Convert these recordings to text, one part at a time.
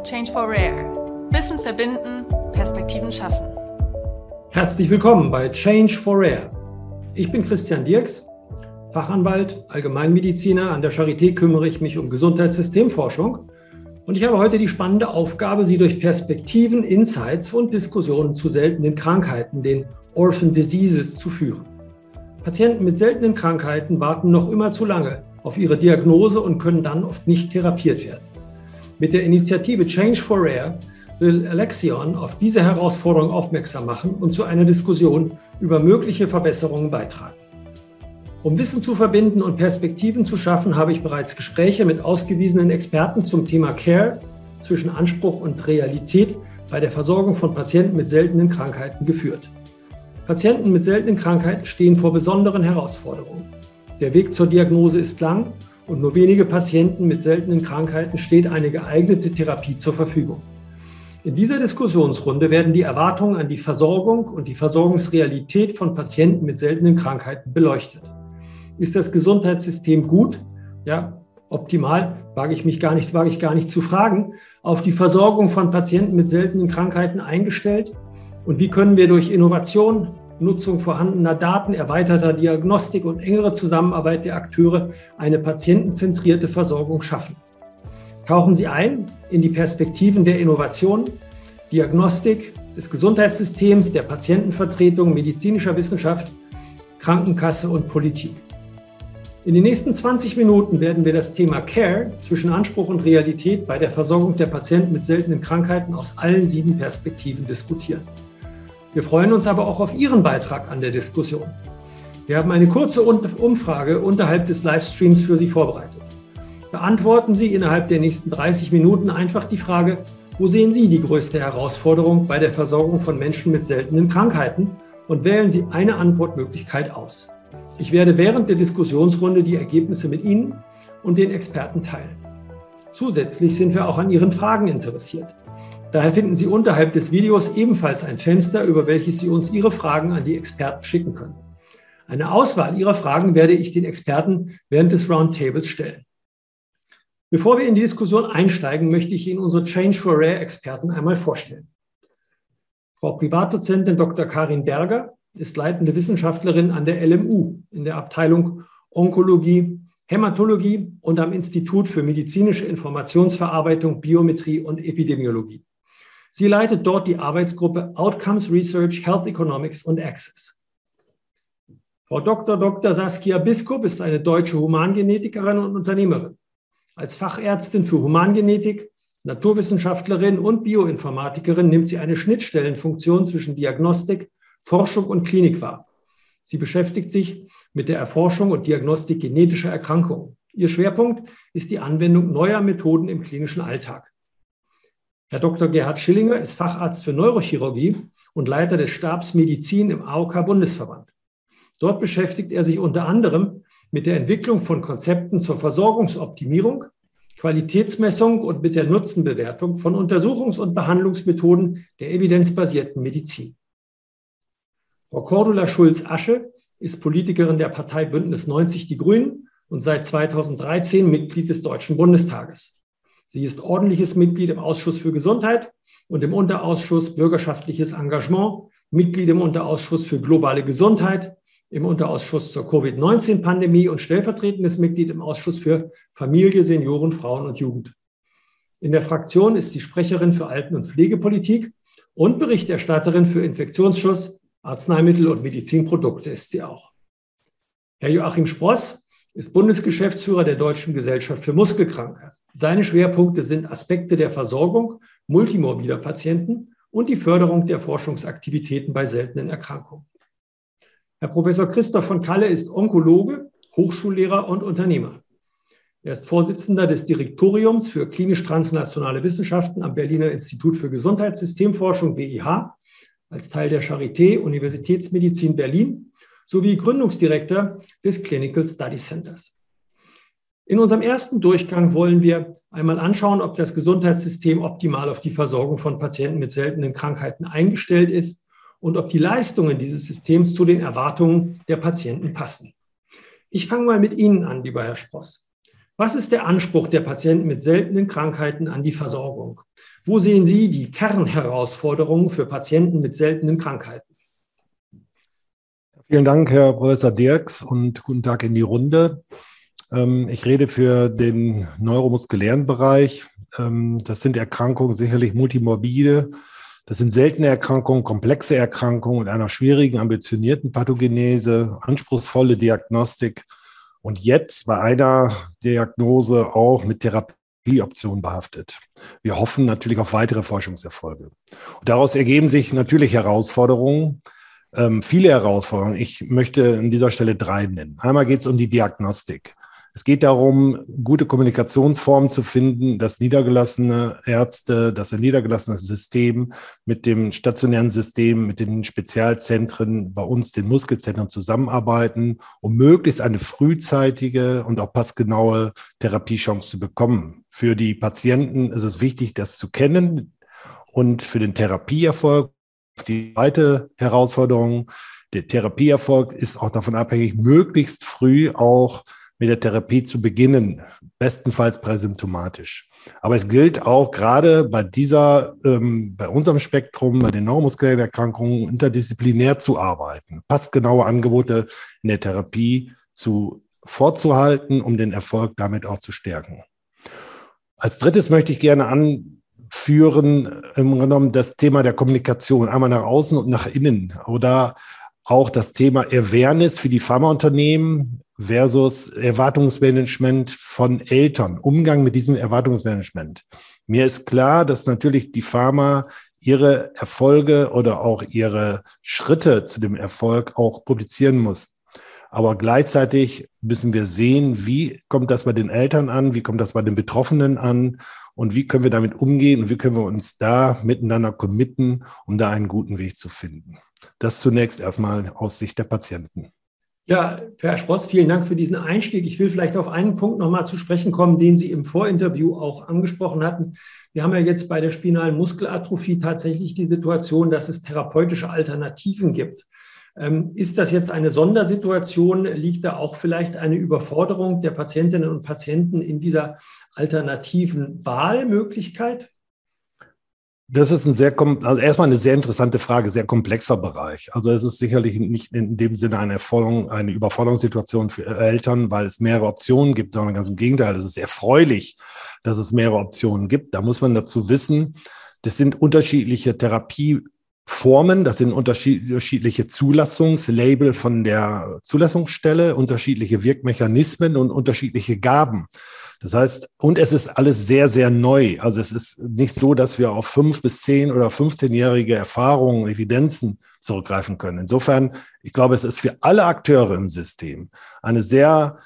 Change for Rare. Wissen verbinden, Perspektiven schaffen. Herzlich willkommen bei Change for Rare. Ich bin Christian Dirks, Fachanwalt, Allgemeinmediziner. An der Charité kümmere ich mich um Gesundheitssystemforschung. Und ich habe heute die spannende Aufgabe, Sie durch Perspektiven, Insights und Diskussionen zu seltenen Krankheiten, den Orphan Diseases, zu führen. Patienten mit seltenen Krankheiten warten noch immer zu lange auf ihre Diagnose und können dann oft nicht therapiert werden. Mit der Initiative Change for Rare will Alexion auf diese Herausforderung aufmerksam machen und zu einer Diskussion über mögliche Verbesserungen beitragen. Um Wissen zu verbinden und Perspektiven zu schaffen, habe ich bereits Gespräche mit ausgewiesenen Experten zum Thema Care zwischen Anspruch und Realität bei der Versorgung von Patienten mit seltenen Krankheiten geführt. Patienten mit seltenen Krankheiten stehen vor besonderen Herausforderungen. Der Weg zur Diagnose ist lang und nur wenige Patienten mit seltenen Krankheiten steht eine geeignete Therapie zur Verfügung. In dieser Diskussionsrunde werden die Erwartungen an die Versorgung und die Versorgungsrealität von Patienten mit seltenen Krankheiten beleuchtet. Ist das Gesundheitssystem gut? Ja, optimal, wage ich gar nicht zu fragen, auf die Versorgung von Patienten mit seltenen Krankheiten eingestellt? Und wie können wir durch Innovation, Nutzung vorhandener Daten, erweiterter Diagnostik und engere Zusammenarbeit der Akteure eine patientenzentrierte Versorgung schaffen? Tauchen Sie ein in die Perspektiven der Innovation, Diagnostik, des Gesundheitssystems, der Patientenvertretung, medizinischer Wissenschaft, Krankenkasse und Politik. In den nächsten 20 Minuten werden wir das Thema Care zwischen Anspruch und Realität bei der Versorgung der Patienten mit seltenen Krankheiten aus allen 7 Perspektiven diskutieren. Wir freuen uns aber auch auf Ihren Beitrag an der Diskussion. Wir haben eine kurze Umfrage unterhalb des Livestreams für Sie vorbereitet. Beantworten Sie innerhalb der nächsten 30 Minuten einfach die Frage, wo sehen Sie die größte Herausforderung bei der Versorgung von Menschen mit seltenen Krankheiten, und wählen Sie eine Antwortmöglichkeit aus. Ich werde während der Diskussionsrunde die Ergebnisse mit Ihnen und den Experten teilen. Zusätzlich sind wir auch an Ihren Fragen interessiert. Daher finden Sie unterhalb des Videos ebenfalls ein Fenster, über welches Sie uns Ihre Fragen an die Experten schicken können. Eine Auswahl Ihrer Fragen werde ich den Experten während des Roundtables stellen. Bevor wir in die Diskussion einsteigen, möchte ich Ihnen unsere Change for Rare Experten einmal vorstellen. Frau Privatdozentin Dr. Karin Berger ist leitende Wissenschaftlerin an der LMU in der Abteilung Onkologie, Hämatologie und am Institut für medizinische Informationsverarbeitung, Biometrie und Epidemiologie. Sie leitet dort die Arbeitsgruppe Outcomes Research, Health Economics und Access. Frau Dr. Saskia Biskup ist eine deutsche Humangenetikerin und Unternehmerin. Als Fachärztin für Humangenetik, Naturwissenschaftlerin und Bioinformatikerin nimmt sie eine Schnittstellenfunktion zwischen Diagnostik, Forschung und Klinik wahr. Sie beschäftigt sich mit der Erforschung und Diagnostik genetischer Erkrankungen. Ihr Schwerpunkt ist die Anwendung neuer Methoden im klinischen Alltag. Herr Dr. Gerhard Schillinger ist Facharzt für Neurochirurgie und Leiter des Stabs Medizin im AOK-Bundesverband. Dort beschäftigt er sich unter anderem mit der Entwicklung von Konzepten zur Versorgungsoptimierung, Qualitätsmessung und mit der Nutzenbewertung von Untersuchungs- und Behandlungsmethoden der evidenzbasierten Medizin. Frau Cordula Schulz-Asche ist Politikerin der Partei Bündnis 90 Die Grünen und seit 2013 Mitglied des Deutschen Bundestages. Sie ist ordentliches Mitglied im Ausschuss für Gesundheit und im Unterausschuss Bürgerschaftliches Engagement, Mitglied im Unterausschuss für globale Gesundheit, im Unterausschuss zur Covid-19-Pandemie und stellvertretendes Mitglied im Ausschuss für Familie, Senioren, Frauen und Jugend. In der Fraktion ist sie Sprecherin für Alten- und Pflegepolitik und Berichterstatterin für Infektionsschutz, Arzneimittel und Medizinprodukte ist sie auch. Herr Joachim Spross ist Bundesgeschäftsführer der Deutschen Gesellschaft für Muskelkrankheiten. Seine Schwerpunkte sind Aspekte der Versorgung multimorbider Patienten und die Förderung der Forschungsaktivitäten bei seltenen Erkrankungen. Herr Professor Christoph von Kalle ist Onkologe, Hochschullehrer und Unternehmer. Er ist Vorsitzender des Direktoriums für klinisch-translationale Wissenschaften am Berliner Institut für Gesundheitssystemforschung BIH, als Teil der Charité Universitätsmedizin Berlin sowie Gründungsdirektor des Clinical Study Centers. In unserem ersten Durchgang wollen wir einmal anschauen, ob das Gesundheitssystem optimal auf die Versorgung von Patienten mit seltenen Krankheiten eingestellt ist und ob die Leistungen dieses Systems zu den Erwartungen der Patienten passen. Ich fange mal mit Ihnen an, lieber Herr Spross. Was ist der Anspruch der Patienten mit seltenen Krankheiten an die Versorgung? Wo sehen Sie die Kernherausforderungen für Patienten mit seltenen Krankheiten? Vielen Dank, Herr Professor Dirks, und guten Tag in die Runde. Ich rede für den neuromuskulären Bereich. Das sind Erkrankungen sicherlich multimorbide. Das sind seltene Erkrankungen, komplexe Erkrankungen mit einer schwierigen, ambitionierten Pathogenese, anspruchsvolle Diagnostik und jetzt bei einer Diagnose auch mit Therapieoptionen behaftet. Wir hoffen natürlich auf weitere Forschungserfolge. Und daraus ergeben sich natürlich Herausforderungen, viele Herausforderungen. Ich möchte an dieser Stelle 3 nennen. Einmal geht es um die Diagnostik. Es geht darum, gute Kommunikationsformen zu finden, dass niedergelassene Ärzte, dass ein niedergelassenes System mit dem stationären System, mit den Spezialzentren, bei uns den Muskelzentren zusammenarbeiten, um möglichst eine frühzeitige und auch passgenaue Therapiechance zu bekommen. Für die Patienten ist es wichtig, das zu kennen, und für den Therapieerfolg die zweite Herausforderung. Der Therapieerfolg ist auch davon abhängig, möglichst früh auch mit der Therapie zu beginnen, bestenfalls präsymptomatisch. Aber es gilt auch gerade bei bei unserem Spektrum, bei den neuromuskulären Erkrankungen, interdisziplinär zu arbeiten, passgenaue Angebote in der Therapie vorzuhalten, um den Erfolg damit auch zu stärken. Als drittes möchte ich gerne anführen, im Grunde genommen das Thema der Kommunikation, einmal nach außen und nach innen, oder auch das Thema Awareness für die Pharmaunternehmen versus Erwartungsmanagement von Eltern, Umgang mit diesem Erwartungsmanagement. Mir ist klar, dass natürlich die Pharma ihre Erfolge oder auch ihre Schritte zu dem Erfolg auch publizieren muss. Aber gleichzeitig müssen wir sehen, wie kommt das bei den Eltern an, wie kommt das bei den Betroffenen an und wie können wir damit umgehen und wie können wir uns da miteinander committen, um da einen guten Weg zu finden. Das zunächst erstmal aus Sicht der Patienten. Ja, Herr Spross, vielen Dank für diesen Einstieg. Ich will vielleicht auf einen Punkt nochmal zu sprechen kommen, den Sie im Vorinterview auch angesprochen hatten. Wir haben ja jetzt bei der spinalen Muskelatrophie tatsächlich die Situation, dass es therapeutische Alternativen gibt. Ist das jetzt eine Sondersituation? Liegt da auch vielleicht eine Überforderung der Patientinnen und Patienten in dieser alternativen Wahlmöglichkeit? Das ist also erstmal eine sehr interessante Frage, sehr komplexer Bereich. Also es ist sicherlich nicht in dem Sinne eine Überforderungssituation für Eltern, weil es mehrere Optionen gibt, sondern ganz im Gegenteil. Es ist erfreulich, dass es mehrere Optionen gibt. Da muss man dazu wissen, das sind unterschiedliche Therapieformen, das sind unterschiedliche Zulassungslabel von der Zulassungsstelle, unterschiedliche Wirkmechanismen und unterschiedliche Gaben. Das heißt, und es ist alles sehr, sehr neu. Also es ist nicht so, dass wir auf 5 bis 10 oder 15-jährige Erfahrungen, Evidenzen zurückgreifen können. Insofern, ich glaube, es ist für alle Akteure im System eine sehr,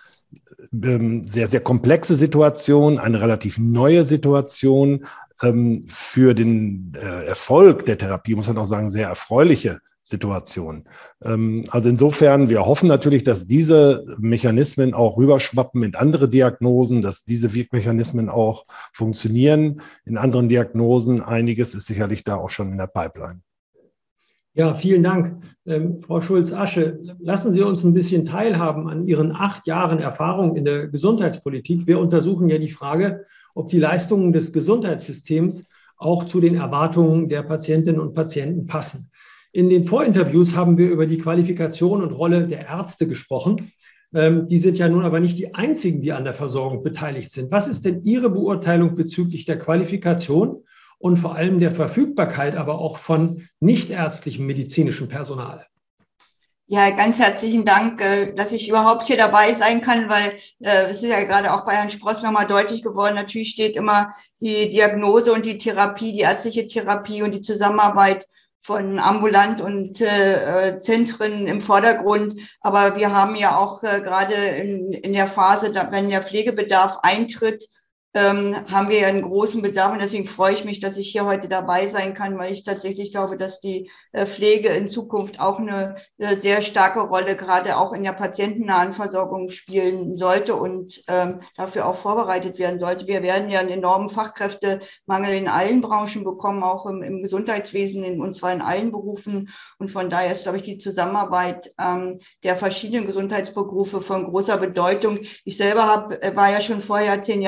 sehr komplexe Situation, eine relativ neue Situation. Für den Erfolg der Therapie muss man auch sagen, sehr erfreuliche Situation. Also insofern, wir hoffen natürlich, dass diese Mechanismen auch rüberschwappen in andere Diagnosen, dass diese Wirkmechanismen auch funktionieren in anderen Diagnosen. Einiges ist sicherlich da auch schon in der Pipeline. Ja, vielen Dank. Frau Schulz-Asche, lassen Sie uns ein bisschen teilhaben an Ihren 8 Jahren Erfahrung in der Gesundheitspolitik. Wir untersuchen ja die Frage, ob die Leistungen des Gesundheitssystems auch zu den Erwartungen der Patientinnen und Patienten passen. In den Vorinterviews haben wir über die Qualifikation und Rolle der Ärzte gesprochen. Die sind ja nun aber nicht die einzigen, die an der Versorgung beteiligt sind. Was ist denn Ihre Beurteilung bezüglich der Qualifikation und vor allem der Verfügbarkeit, aber auch von nichtärztlichem medizinischem Personal? Ja, ganz herzlichen Dank, dass ich überhaupt hier dabei sein kann, weil es ist ja gerade auch bei Herrn Spross nochmal deutlich geworden, natürlich steht immer die Diagnose und die Therapie, die ärztliche Therapie und die Zusammenarbeit von ambulant und Zentren im Vordergrund. Aber wir haben ja auch gerade in der Phase, wenn der Pflegebedarf eintritt, haben wir ja einen großen Bedarf. Und deswegen freue ich mich, dass ich hier heute dabei sein kann, weil ich tatsächlich glaube, dass die Pflege in Zukunft auch eine sehr starke Rolle gerade auch in der patientennahen Versorgung spielen sollte und dafür auch vorbereitet werden sollte. Wir werden ja einen enormen Fachkräftemangel in allen Branchen bekommen, auch im Gesundheitswesen, und zwar in allen Berufen. Und von daher ist, glaube ich, die Zusammenarbeit der verschiedenen Gesundheitsberufe von großer Bedeutung. Ich selber war ja schon vorher 10 Jahre im Hessischen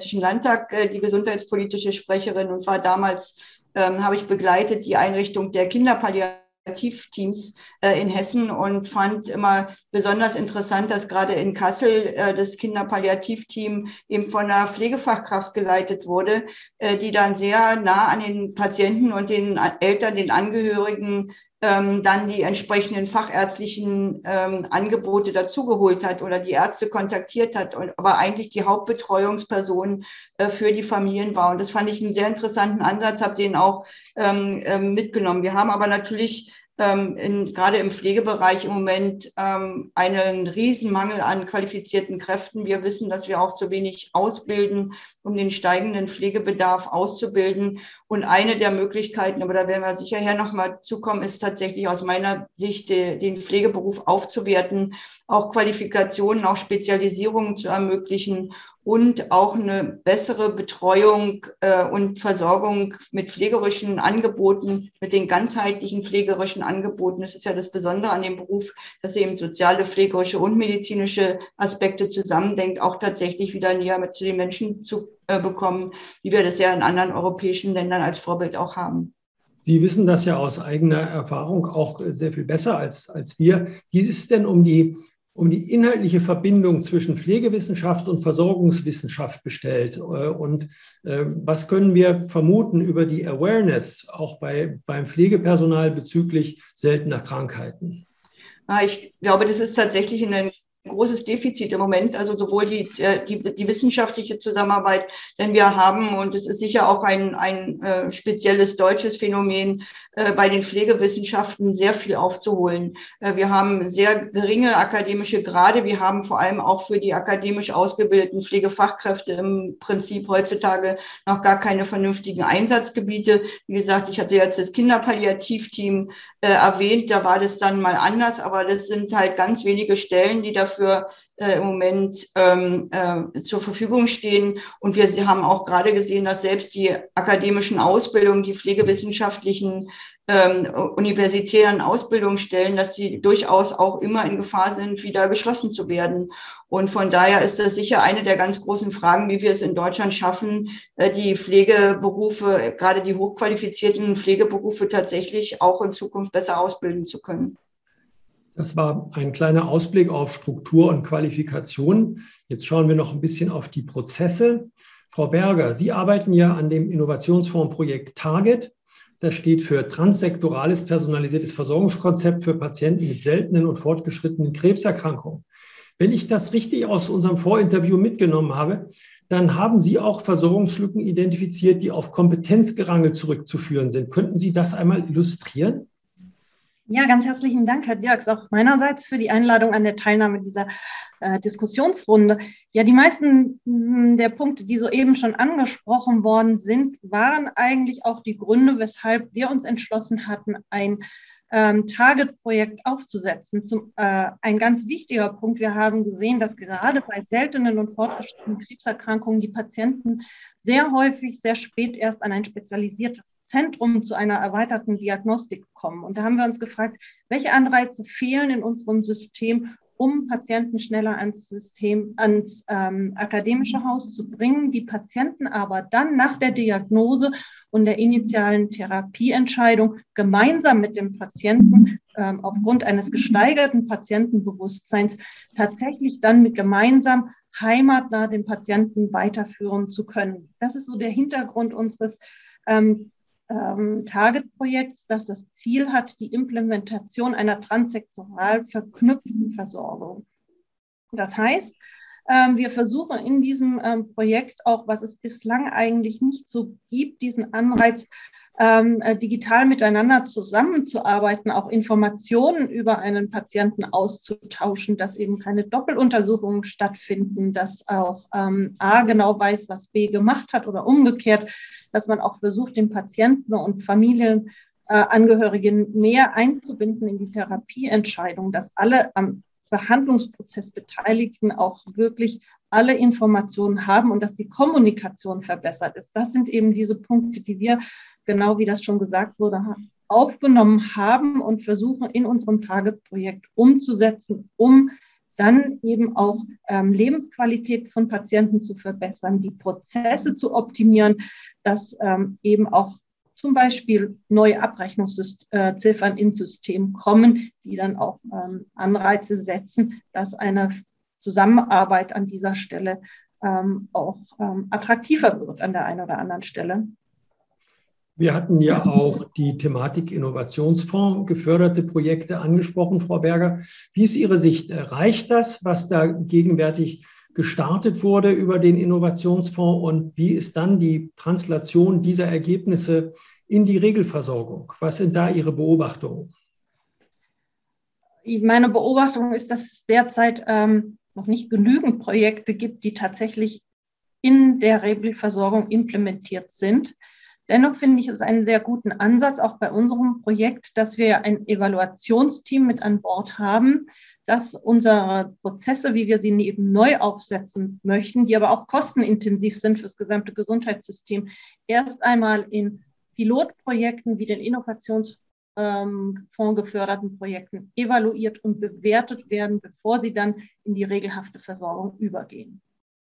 Hessischen Landtag die gesundheitspolitische Sprecherin und war damals, habe ich begleitet die Einrichtung der Kinderpalliativteams in Hessen und fand immer besonders interessant, dass gerade in Kassel das Kinderpalliativteam eben von einer Pflegefachkraft geleitet wurde, die dann sehr nah an den Patienten und den Eltern, den Angehörigen dann die entsprechenden fachärztlichen Angebote dazugeholt hat oder die Ärzte kontaktiert hat, aber eigentlich die Hauptbetreuungsperson für die Familien war. Und das fand ich einen sehr interessanten Ansatz, habe den auch mitgenommen. Wir haben aber natürlich gerade im Pflegebereich im Moment einen Riesenmangel an qualifizierten Kräften. Wir wissen, dass wir auch zu wenig ausbilden, um den steigenden Pflegebedarf auszubilden. Und eine der Möglichkeiten, aber da werden wir sicherher noch mal zukommen, ist tatsächlich aus meiner Sicht, den Pflegeberuf aufzuwerten, auch Qualifikationen, auch Spezialisierungen zu ermöglichen und auch eine bessere Betreuung und Versorgung mit pflegerischen Angeboten, mit den ganzheitlichen pflegerischen Angeboten. Das ist ja das Besondere an dem Beruf, dass er eben soziale, pflegerische und medizinische Aspekte zusammendenkt, auch tatsächlich wieder näher zu den Menschen zu bekommen, wie wir das ja in anderen europäischen Ländern als Vorbild auch haben. Sie wissen das ja aus eigener Erfahrung auch sehr viel besser als wir. Wie ist es denn um die inhaltliche Verbindung zwischen Pflegewissenschaft und Versorgungswissenschaft bestellt? Und was können wir vermuten über die Awareness auch beim Pflegepersonal bezüglich seltener Krankheiten? Ich glaube, das ist tatsächlich ein großes Defizit im Moment, also sowohl die wissenschaftliche Zusammenarbeit, denn wir haben, und es ist sicher auch ein spezielles deutsches Phänomen, bei den Pflegewissenschaften sehr viel aufzuholen. Wir haben sehr geringe akademische Grade, wir haben vor allem auch für die akademisch ausgebildeten Pflegefachkräfte im Prinzip heutzutage noch gar keine vernünftigen Einsatzgebiete. Wie gesagt, ich hatte jetzt das Kinderpalliativteam erwähnt, da war das dann mal anders, aber das sind halt ganz wenige Stellen, die dafür im Moment zur Verfügung stehen. Und wir haben auch gerade gesehen, dass selbst die akademischen Ausbildungen, die pflegewissenschaftlichen universitären Ausbildungsstellen, dass sie durchaus auch immer in Gefahr sind, wieder geschlossen zu werden. Und von daher ist das sicher eine der ganz großen Fragen, wie wir es in Deutschland schaffen, die Pflegeberufe, gerade die hochqualifizierten Pflegeberufe tatsächlich auch in Zukunft besser ausbilden zu können. Das war ein kleiner Ausblick auf Struktur und Qualifikation. Jetzt schauen wir noch ein bisschen auf die Prozesse. Frau Berger, Sie arbeiten ja an dem Innovationsfondsprojekt Target. Das steht für transsektorales personalisiertes Versorgungskonzept für Patienten mit seltenen und fortgeschrittenen Krebserkrankungen. Wenn ich das richtig aus unserem Vorinterview mitgenommen habe, dann haben Sie auch Versorgungslücken identifiziert, die auf Kompetenzgerangel zurückzuführen sind. Könnten Sie das einmal illustrieren? Ja, ganz herzlichen Dank, Herr Dirks, auch meinerseits für die Einladung an der Teilnahme dieser Diskussionsrunde. Ja, die meisten der Punkte, die soeben schon angesprochen worden sind, waren eigentlich auch die Gründe, weshalb wir uns entschlossen hatten, ein Target-Projekt aufzusetzen. Ein ganz wichtiger Punkt, wir haben gesehen, dass gerade bei seltenen und fortgeschrittenen Krebserkrankungen die Patienten sehr häufig, sehr spät erst an ein spezialisiertes Zentrum zu einer erweiterten Diagnostik kommen. Und da haben wir uns gefragt, welche Anreize fehlen in unserem System, um Patienten schneller ans akademische Haus zu bringen, die Patienten aber dann nach der Diagnose und der initialen Therapieentscheidung gemeinsam mit dem Patienten aufgrund eines gesteigerten Patientenbewusstseins tatsächlich dann gemeinsam heimatnah den Patienten weiterführen zu können. Das ist so der Hintergrund unseres Target-Projekts, das das Ziel hat, die Implementation einer transsektoral verknüpften Versorgung. Das heißt, wir versuchen in diesem Projekt auch, was es bislang eigentlich nicht so gibt, diesen Anreiz, digital miteinander zusammenzuarbeiten, auch Informationen über einen Patienten auszutauschen, dass eben keine Doppeluntersuchungen stattfinden, dass auch A genau weiß, was B gemacht hat oder umgekehrt, dass man auch versucht, den Patienten und Familienangehörigen mehr einzubinden in die Therapieentscheidung, dass alle am Behandlungsprozess Beteiligten auch wirklich alle Informationen haben und dass die Kommunikation verbessert ist. Das sind eben diese Punkte, die wir, genau wie das schon gesagt wurde, aufgenommen haben und versuchen in unserem Target-Projekt umzusetzen, um dann eben auch Lebensqualität von Patienten zu verbessern, die Prozesse zu optimieren, dass eben auch zum Beispiel neue Abrechnungsziffern ins System kommen, die dann auch Anreize setzen, dass eine Zusammenarbeit an dieser Stelle auch attraktiver wird an der einen oder anderen Stelle. Wir hatten ja auch die Thematik Innovationsfonds, geförderte Projekte angesprochen, Frau Berger. Wie ist Ihre Sicht? Reicht das, was da gegenwärtig gestartet wurde über den Innovationsfonds? Und wie ist dann die Translation dieser Ergebnisse in die Regelversorgung? Was sind da Ihre Beobachtungen? Meine Beobachtung ist, dass es derzeit noch nicht genügend Projekte gibt, die tatsächlich in der Regelversorgung implementiert sind. Dennoch finde ich es einen sehr guten Ansatz, auch bei unserem Projekt, dass wir ein Evaluationsteam mit an Bord haben, das unsere Prozesse, wie wir sie eben neu aufsetzen möchten, die aber auch kostenintensiv sind für das gesamte Gesundheitssystem, erst einmal in Pilotprojekten wie den Innovationsfonds geförderten Projekten evaluiert und bewertet werden, bevor sie dann in die regelhafte Versorgung übergehen.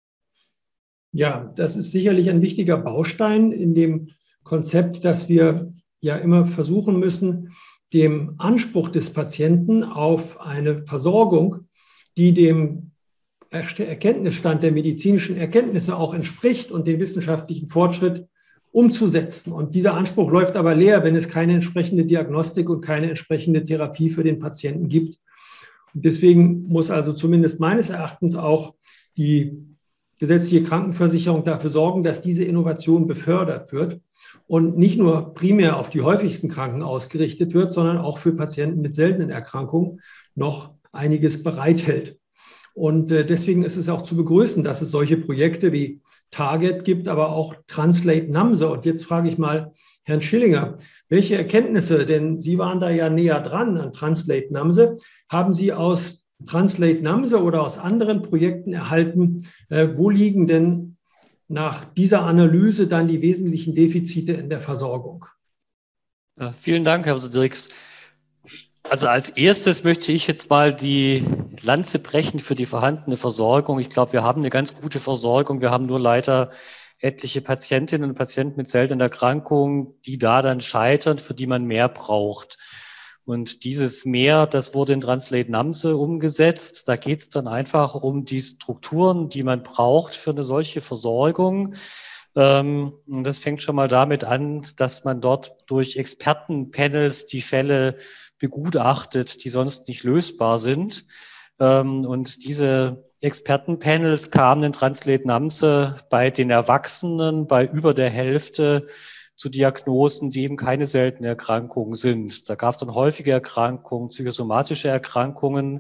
Ja, das ist sicherlich ein wichtiger Baustein in dem Konzept, dass wir ja immer versuchen müssen, dem Anspruch des Patienten auf eine Versorgung, die dem Erkenntnisstand der medizinischen Erkenntnisse auch entspricht und den wissenschaftlichen Fortschritt umzusetzen. Und dieser Anspruch läuft aber leer, wenn es keine entsprechende Diagnostik und keine entsprechende Therapie für den Patienten gibt. Und deswegen muss also zumindest meines Erachtens auch die gesetzliche Krankenversicherung dafür sorgen, dass diese Innovation befördert wird und nicht nur primär auf die häufigsten Kranken ausgerichtet wird, sondern auch für Patienten mit seltenen Erkrankungen noch einiges bereithält. Und deswegen ist es auch zu begrüßen, dass es solche Projekte wie Target gibt, aber auch Translate NAMSE. Und jetzt frage ich mal Herrn Schillinger, welche Erkenntnisse, denn Sie waren da ja näher dran an Translate NAMSE, haben Sie aus Translate NAMSE oder aus anderen Projekten erhalten? Wo liegen denn nach dieser Analyse dann die wesentlichen Defizite in der Versorgung? Ja, vielen Dank, Herr Dirks. Also als erstes möchte ich jetzt mal die Lanze brechen für die vorhandene Versorgung. Ich glaube, wir haben eine ganz gute Versorgung. Wir haben nur leider etliche Patientinnen und Patienten mit seltenen Erkrankungen, die da dann scheitern, für die man mehr braucht. Und dieses Mehr, das wurde in Translate NAMSE umgesetzt. Da geht es dann einfach um die Strukturen, die man braucht für eine solche Versorgung. Und das fängt schon mal damit an, dass man dort durch Expertenpanels die Fälle begutachtet, die sonst nicht lösbar sind. Und diese Expertenpanels kamen in Translate NAMSE bei den Erwachsenen bei über der Hälfte zu Diagnosen, die eben keine seltenen Erkrankungen sind. Da gab es dann häufige Erkrankungen, psychosomatische Erkrankungen.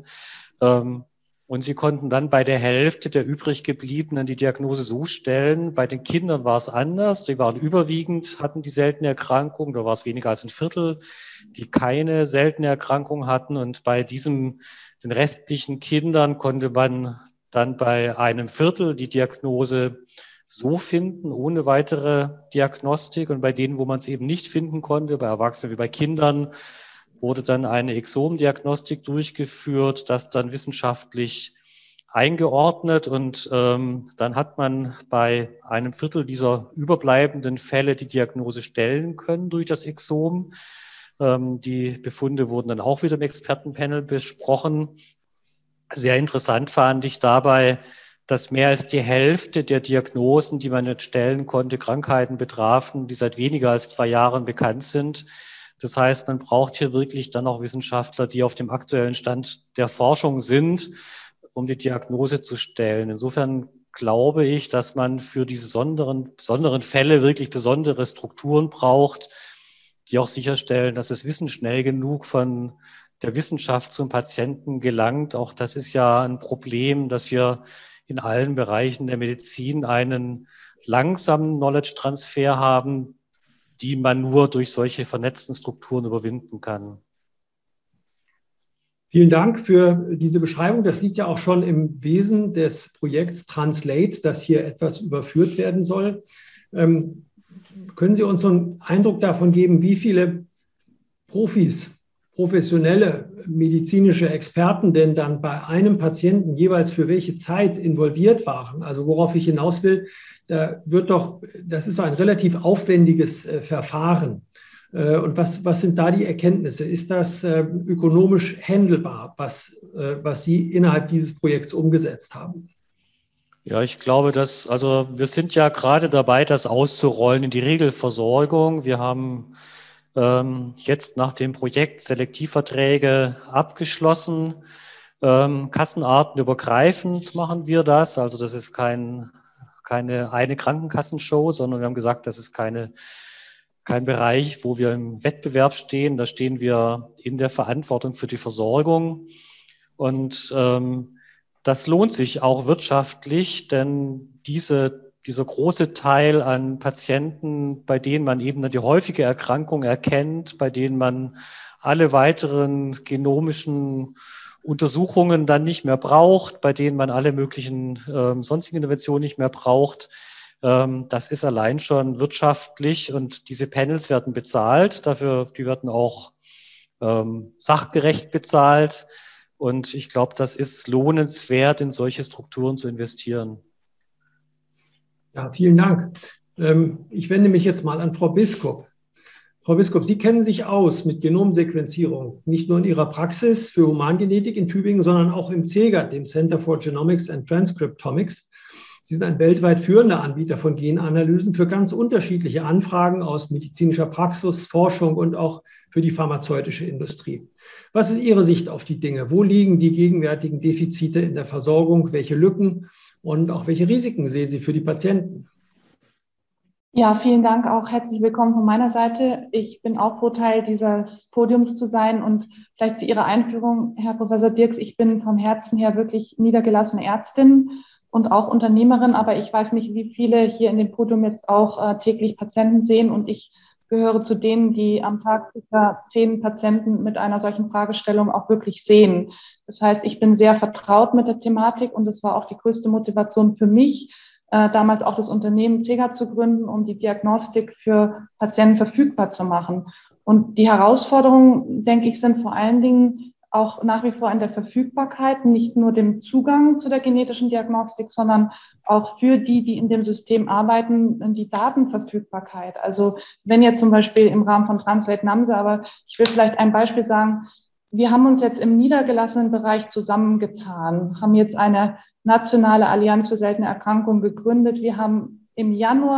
Und sie konnten dann bei der Hälfte der übrig gebliebenen die Diagnose so stellen. Bei den Kindern war es anders. Die waren überwiegend, hatten die seltene Erkrankung. Da war es weniger als ein Viertel, die keine seltene Erkrankung hatten. Und bei den restlichen Kindern konnte man dann bei einem Viertel die Diagnose so finden, ohne weitere Diagnostik. Und bei denen, wo man es eben nicht finden konnte, bei Erwachsenen wie bei Kindern, wurde dann eine Exomdiagnostik durchgeführt, das dann wissenschaftlich eingeordnet. Und dann hat man bei einem Viertel dieser überbleibenden Fälle die Diagnose stellen können durch das Exom. Die Befunde wurden dann auch wieder im Expertenpanel besprochen. Sehr interessant fand ich dabei, dass mehr als die Hälfte der Diagnosen, die man jetzt stellen konnte, Krankheiten betrafen, die seit weniger als 2 Jahren bekannt sind. Das heißt, man braucht hier wirklich dann auch Wissenschaftler, die auf dem aktuellen Stand der Forschung sind, um die Diagnose zu stellen. Insofern glaube ich, dass man für diese besonderen Fälle wirklich besondere Strukturen braucht, die auch sicherstellen, dass das Wissen schnell genug von der Wissenschaft zum Patienten gelangt. Auch das ist ja ein Problem, dass wir in allen Bereichen der Medizin einen langsamen Knowledge-Transfer haben, die man nur durch solche vernetzten Strukturen überwinden kann. Vielen Dank für diese Beschreibung. Das liegt ja auch schon im Wesen des Projekts Translate, dass hier etwas überführt werden soll. Können Sie uns so einen Eindruck davon geben, wie viele Professionelle medizinische Experten denn dann bei einem Patienten jeweils für welche Zeit involviert waren? Also worauf ich hinaus will, das ist so ein relativ aufwendiges Verfahren. Und was sind da die Erkenntnisse? Ist das ökonomisch handelbar, was Sie innerhalb dieses Projekts umgesetzt haben? Ja, ich glaube, also wir sind ja gerade dabei, das auszurollen in die Regelversorgung. Wir haben jetzt nach dem Projekt Selektivverträge abgeschlossen. Kassenartenübergreifend machen wir das. Also das ist keine eine Krankenkassenshow, sondern wir haben gesagt, das ist kein Bereich, wo wir im Wettbewerb stehen. Da stehen wir in der Verantwortung für die Versorgung. Und das lohnt sich auch wirtschaftlich, denn dieser große Teil an Patienten, bei denen man eben die häufige Erkrankung erkennt, bei denen man alle weiteren genomischen Untersuchungen dann nicht mehr braucht, bei denen man alle möglichen sonstigen Interventionen nicht mehr braucht, das ist allein schon wirtschaftlich und diese Panels werden bezahlt. Die werden auch sachgerecht bezahlt. Und ich glaube, das ist lohnenswert, in solche Strukturen zu investieren. Ja, vielen Dank. Ich wende mich jetzt mal an Frau Biskup. Frau Biskup, Sie kennen sich aus mit Genomsequenzierung, nicht nur in Ihrer Praxis für Humangenetik in Tübingen, sondern auch im CEGAT, dem Center for Genomics and Transcriptomics. Sie sind ein weltweit führender Anbieter von Genanalysen für ganz unterschiedliche Anfragen aus medizinischer Praxis, Forschung und auch für die pharmazeutische Industrie. Was ist Ihre Sicht auf die Dinge? Wo liegen die gegenwärtigen Defizite in der Versorgung? Welche Lücken und auch welche Risiken sehen Sie für die Patienten? Ja, vielen Dank, auch herzlich willkommen von meiner Seite. Ich bin auch froh, Teil dieses Podiums zu sein und vielleicht zu Ihrer Einführung, Herr Professor Dirks. Ich bin vom Herzen her wirklich niedergelassene Ärztin und auch Unternehmerin, aber ich weiß nicht, wie viele hier in dem Podium jetzt auch täglich Patienten sehen, und ich gehöre zu denen, die am Tag ca. 10 Patienten mit einer solchen Fragestellung auch wirklich sehen. Das heißt, ich bin sehr vertraut mit der Thematik, und das war auch die größte Motivation für mich, damals auch das Unternehmen CEGAT zu gründen, um die Diagnostik für Patienten verfügbar zu machen. Und die Herausforderungen, denke ich, sind vor allen Dingen auch nach wie vor in der Verfügbarkeit, nicht nur dem Zugang zu der genetischen Diagnostik, sondern auch für die in dem System arbeiten, die Datenverfügbarkeit. Also wenn jetzt zum Beispiel im Rahmen von Translate NAMSE, aber ich will vielleicht ein Beispiel sagen, wir haben uns jetzt im niedergelassenen Bereich zusammengetan, haben jetzt eine nationale Allianz für seltene Erkrankungen gegründet. Wir haben vom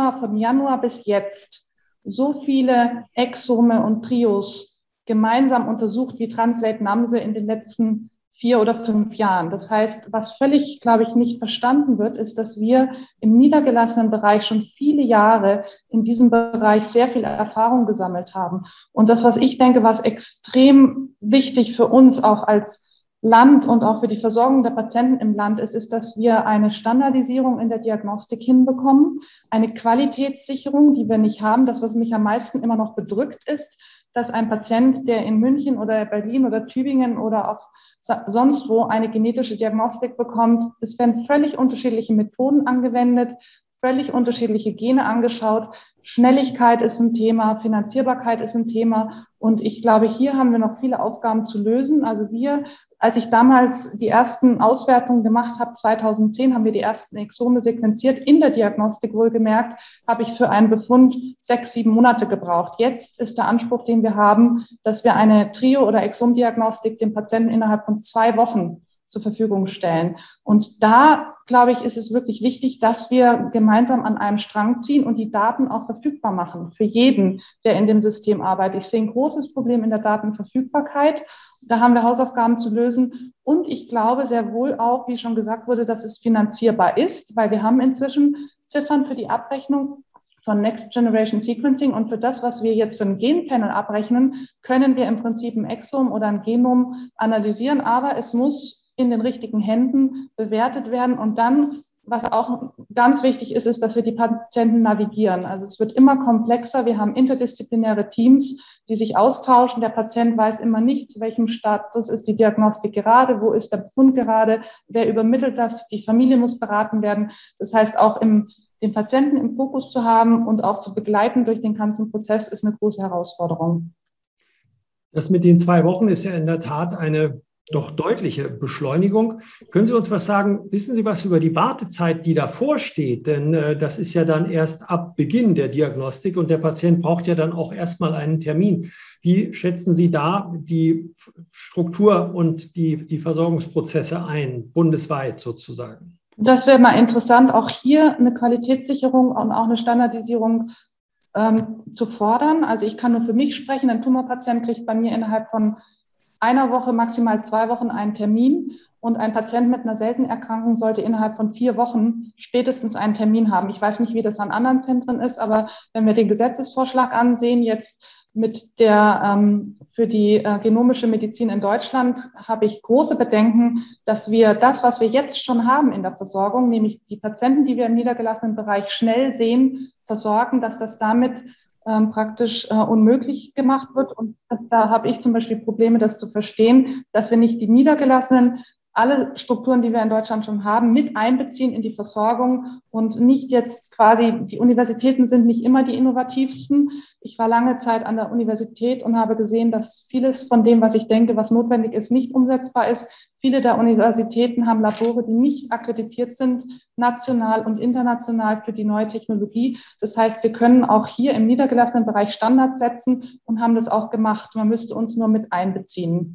Januar bis jetzt so viele Exome und Trios gemeinsam untersucht wie Translate NAMSE in den letzten 4 oder 5 Jahren. Das heißt, was völlig, glaube ich, nicht verstanden wird, ist, dass wir im niedergelassenen Bereich schon viele Jahre in diesem Bereich sehr viel Erfahrung gesammelt haben. Und das, was ich denke, was extrem wichtig für uns auch als Land und auch für die Versorgung der Patienten im Land ist, dass wir eine Standardisierung in der Diagnostik hinbekommen, eine Qualitätssicherung, die wir nicht haben. Das, was mich am meisten immer noch bedrückt, ist, dass ein Patient, der in München oder Berlin oder Tübingen oder auch sonst wo eine genetische Diagnostik bekommt, es werden völlig unterschiedliche Methoden angewendet, völlig unterschiedliche Gene angeschaut. Schnelligkeit ist ein Thema, Finanzierbarkeit ist ein Thema. Und ich glaube, hier haben wir noch viele Aufgaben zu lösen. Also als ich damals die ersten Auswertungen gemacht habe, 2010, haben wir die ersten Exome sequenziert. In der Diagnostik wohlgemerkt, habe ich für einen Befund 6, 7 Monate gebraucht. Jetzt ist der Anspruch, den wir haben, dass wir eine Trio- oder Exomdiagnostik dem Patienten innerhalb von 2 Wochen zur Verfügung stellen. Und da, glaube ich, ist es wirklich wichtig, dass wir gemeinsam an einem Strang ziehen und die Daten auch verfügbar machen für jeden, der in dem System arbeitet. Ich sehe ein großes Problem in der Datenverfügbarkeit. Da haben wir Hausaufgaben zu lösen. Und ich glaube sehr wohl auch, wie schon gesagt wurde, dass es finanzierbar ist, weil wir haben inzwischen Ziffern für die Abrechnung von Next Generation Sequencing, und für das, was wir jetzt für ein Genpanel abrechnen, können wir im Prinzip ein Exom oder ein Genom analysieren, aber es muss in den richtigen Händen bewertet werden. Und dann, was auch ganz wichtig ist, ist, dass wir die Patienten navigieren. Also es wird immer komplexer. Wir haben interdisziplinäre Teams, die sich austauschen. Der Patient weiß immer nicht, zu welchem Status ist die Diagnostik gerade, wo ist der Befund gerade, wer übermittelt das, die Familie muss beraten werden. Das heißt, auch den Patienten im Fokus zu haben und auch zu begleiten durch den ganzen Prozess ist eine große Herausforderung. Das mit den 2 Wochen ist ja in der Tat eine doch deutliche Beschleunigung. Können Sie uns was sagen? Wissen Sie was über die Wartezeit, die davor steht? Denn das ist ja dann erst ab Beginn der Diagnostik und der Patient braucht ja dann auch erstmal einen Termin. Wie schätzen Sie da die Struktur und die Versorgungsprozesse ein, bundesweit sozusagen? Das wäre mal interessant, auch hier eine Qualitätssicherung und auch eine Standardisierung zu fordern. Also ich kann nur für mich sprechen, ein Tumorpatient kriegt bei mir innerhalb von 1 Woche, maximal 2 Wochen einen Termin und ein Patient mit einer seltenen Erkrankung sollte innerhalb von 4 Wochen spätestens einen Termin haben. Ich weiß nicht, wie das an anderen Zentren ist, aber wenn wir den Gesetzesvorschlag ansehen, jetzt mit der für die genomische Medizin in Deutschland, habe ich große Bedenken, dass wir das, was wir jetzt schon haben in der Versorgung, nämlich die Patienten, die wir im niedergelassenen Bereich schnell sehen, versorgen, dass das damit praktisch unmöglich gemacht wird. Und da habe ich zum Beispiel Probleme, das zu verstehen, dass wir nicht die Niedergelassenen, alle Strukturen, die wir in Deutschland schon haben, mit einbeziehen in die Versorgung und nicht jetzt quasi, die Universitäten sind nicht immer die innovativsten. Ich war lange Zeit an der Universität und habe gesehen, dass vieles von dem, was ich denke, was notwendig ist, nicht umsetzbar ist. Viele der Universitäten haben Labore, die nicht akkreditiert sind, national und international für die neue Technologie. Das heißt, wir können auch hier im niedergelassenen Bereich Standards setzen und haben das auch gemacht. Man müsste uns nur mit einbeziehen.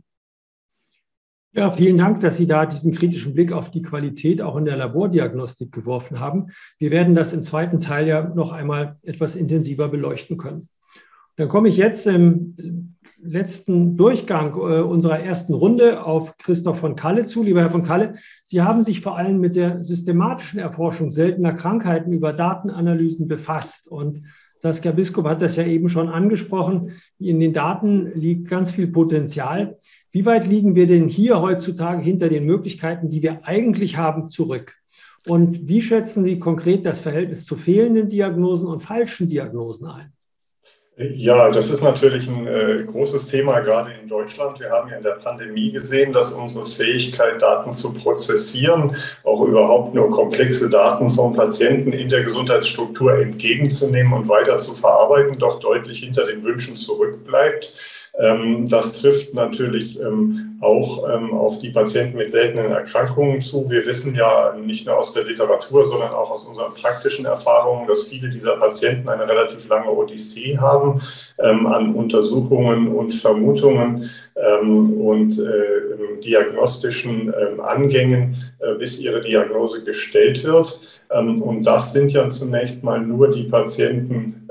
Ja, vielen Dank, dass Sie da diesen kritischen Blick auf die Qualität auch in der Labordiagnostik geworfen haben. Wir werden das im zweiten Teil ja noch einmal etwas intensiver beleuchten können. Dann komme ich jetzt im letzten Durchgang unserer ersten Runde auf Christoph von Kalle zu. Lieber Herr von Kalle, Sie haben sich vor allem mit der systematischen Erforschung seltener Krankheiten über Datenanalysen befasst. Und Saskia Biskup hat das ja eben schon angesprochen. In den Daten liegt ganz viel Potenzial. Wie weit liegen wir denn hier heutzutage hinter den Möglichkeiten, die wir eigentlich haben, zurück? Und wie schätzen Sie konkret das Verhältnis zu fehlenden Diagnosen und falschen Diagnosen ein? Ja, das ist natürlich ein großes Thema, gerade in Deutschland. Wir haben ja in der Pandemie gesehen, dass unsere Fähigkeit, Daten zu prozessieren, auch überhaupt nur komplexe Daten vom Patienten in der Gesundheitsstruktur entgegenzunehmen und weiter zu verarbeiten, doch deutlich hinter den Wünschen zurückbleibt. Das trifft natürlich auch auf die Patienten mit seltenen Erkrankungen zu. Wir wissen ja nicht nur aus der Literatur, sondern auch aus unseren praktischen Erfahrungen, dass viele dieser Patienten eine relativ lange Odyssee haben an Untersuchungen und Vermutungen und diagnostischen Angängen, bis ihre Diagnose gestellt wird. Und das sind ja zunächst mal nur die Patienten,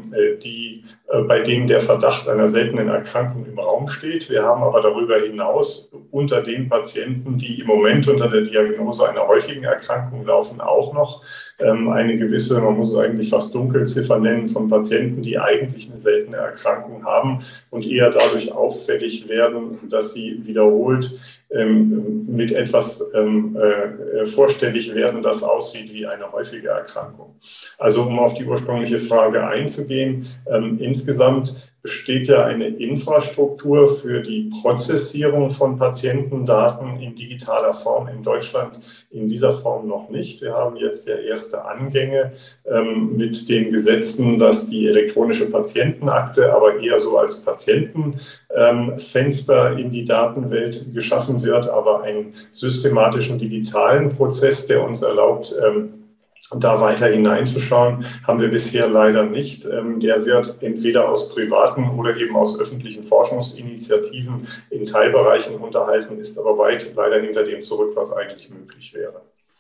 bei denen der Verdacht einer seltenen Erkrankung im Raum steht. Wir haben aber darüber hinaus unter den Patienten, die im Moment unter der Diagnose einer häufigen Erkrankung laufen, auch noch eine gewisse, man muss es eigentlich fast Dunkelziffer nennen, von Patienten, die eigentlich eine seltene Erkrankung haben und eher dadurch auffällig werden, dass sie wiederholt mit etwas vorstellig werden, das aussieht wie eine häufige Erkrankung. Also um auf die ursprüngliche Frage einzugehen, insgesamt besteht ja eine Infrastruktur für die Prozessierung von Patientendaten in digitaler Form in Deutschland in dieser Form noch nicht. Wir haben jetzt ja erste Angänge mit den Gesetzen, dass die elektronische Patientenakte aber eher so als Patientenfenster in die Datenwelt geschaffen wird, aber einen systematischen digitalen Prozess, der uns erlaubt, da weiter hineinzuschauen, haben wir bisher leider nicht. Der wird entweder aus privaten oder eben aus öffentlichen Forschungsinitiativen in Teilbereichen unterhalten, ist aber weit leider hinter dem zurück, was eigentlich möglich wäre.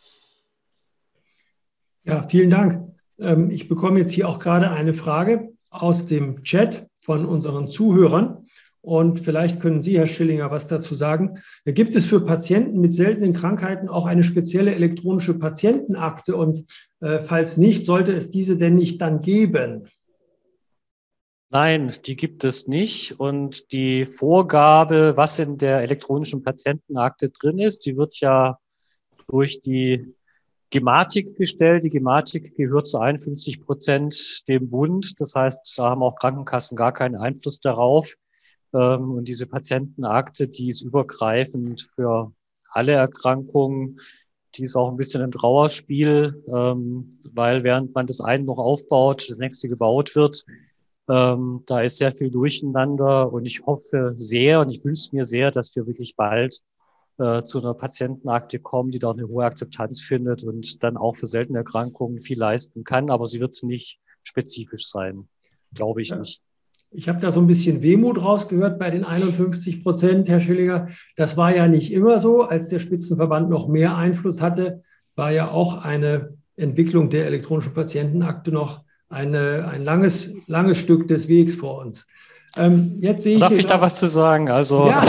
Ja, vielen Dank. Ich bekomme jetzt hier auch gerade eine Frage aus dem Chat von unseren Zuhörern. Und vielleicht können Sie, Herr Schillinger, was dazu sagen. Gibt es für Patienten mit seltenen Krankheiten auch eine spezielle elektronische Patientenakte? Und falls nicht, sollte es diese denn nicht dann geben? Nein, die gibt es nicht. Und die Vorgabe, was in der elektronischen Patientenakte drin ist, die wird ja durch die Gematik gestellt. Die Gematik gehört zu 51% dem Bund. Das heißt, da haben auch Krankenkassen gar keinen Einfluss darauf. Und diese Patientenakte, die ist übergreifend für alle Erkrankungen. Die ist auch ein bisschen ein Trauerspiel, weil während man das eine noch aufbaut, das nächste gebaut wird. Da ist sehr viel Durcheinander und ich hoffe sehr und ich wünsche mir sehr, dass wir wirklich bald zu einer Patientenakte kommen, die da eine hohe Akzeptanz findet und dann auch für seltene Erkrankungen viel leisten kann, aber sie wird nicht spezifisch sein, glaube ich nicht. Ich habe da so ein bisschen Wehmut rausgehört bei den 51%, Herr Schillinger. Das war ja nicht immer so. Als der Spitzenverband noch mehr Einfluss hatte, war ja auch eine Entwicklung der elektronischen Patientenakte noch ein langes Stück des Wegs vor uns. Jetzt sehe ich Darf ich da was zu sagen? Also ja.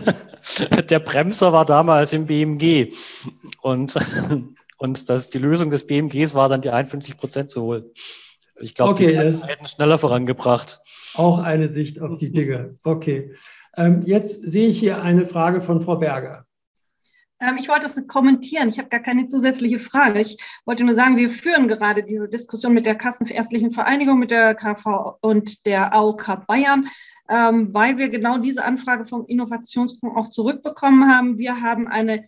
Der Bremser war damals im BMG und die Lösung des BMGs war dann die 51% zu holen. Ich glaube, die hätten schneller vorangebracht. Auch eine Sicht auf die Dinge. Okay. Jetzt sehe ich hier eine Frage von Frau Berger. Ich wollte es kommentieren. Ich habe gar keine zusätzliche Frage. Ich wollte nur sagen, wir führen gerade diese Diskussion mit der Kassenärztlichen Vereinigung, mit der KV und der AOK Bayern, weil wir genau diese Anfrage vom Innovationsfonds auch zurückbekommen haben. Wir haben eine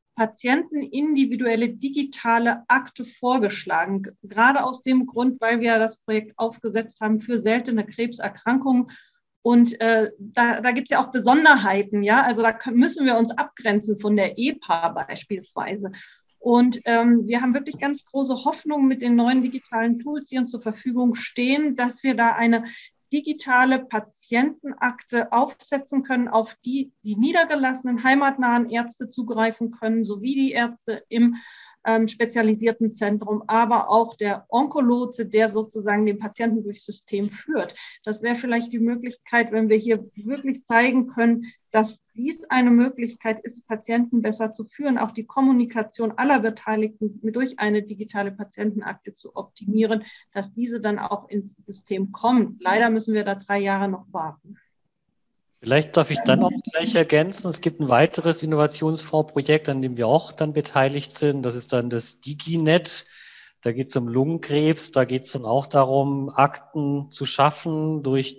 patientenindividuelle digitale Akte vorgeschlagen, gerade aus dem Grund, weil wir das Projekt aufgesetzt haben für seltene Krebserkrankungen. Und da gibt es ja auch Besonderheiten, ja, also da müssen wir uns abgrenzen von der EPA beispielsweise. Und wir haben wirklich ganz große Hoffnung mit den neuen digitalen Tools, die uns zur Verfügung stehen, dass wir da eine digitale Patientenakte aufsetzen können, auf die niedergelassenen heimatnahen Ärzte zugreifen können, sowie die Ärzte im spezialisierten Zentrum, aber auch der Onkolotse, der sozusagen den Patienten durchs System führt. Das wäre vielleicht die Möglichkeit, wenn wir hier wirklich zeigen können, dass dies eine Möglichkeit ist, Patienten besser zu führen, auch die Kommunikation aller Beteiligten durch eine digitale Patientenakte zu optimieren, dass diese dann auch ins System kommt. Leider müssen wir da 3 Jahre noch warten. Vielleicht darf ich dann auch gleich ergänzen, es gibt ein weiteres Innovationsfondsprojekt, an dem wir auch dann beteiligt sind. Das ist dann das DigiNet. Da geht es um Lungenkrebs. Da geht es dann auch darum, Akten zu schaffen, durch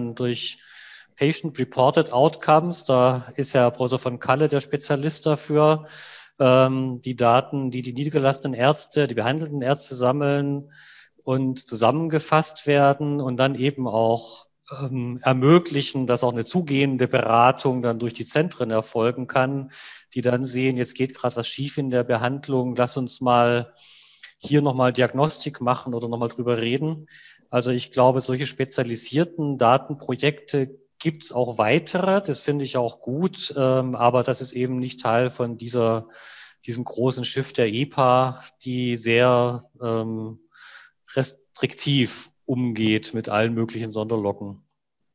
Patient-Reported Outcomes. Da ist ja Professor von Kalle der Spezialist dafür. Die Daten, die niedergelassenen Ärzte, die behandelnden Ärzte sammeln und zusammengefasst werden und dann eben auch ermöglichen, dass auch eine zugehende Beratung dann durch die Zentren erfolgen kann, die dann sehen, jetzt geht gerade was schief in der Behandlung, lass uns mal hier nochmal Diagnostik machen oder nochmal drüber reden. Also ich glaube, solche spezialisierten Datenprojekte gibt es auch weitere, das finde ich auch gut, aber das ist eben nicht Teil von diesem großen Schiff der EPA, die sehr restriktiv umgeht mit allen möglichen Sonderlocken.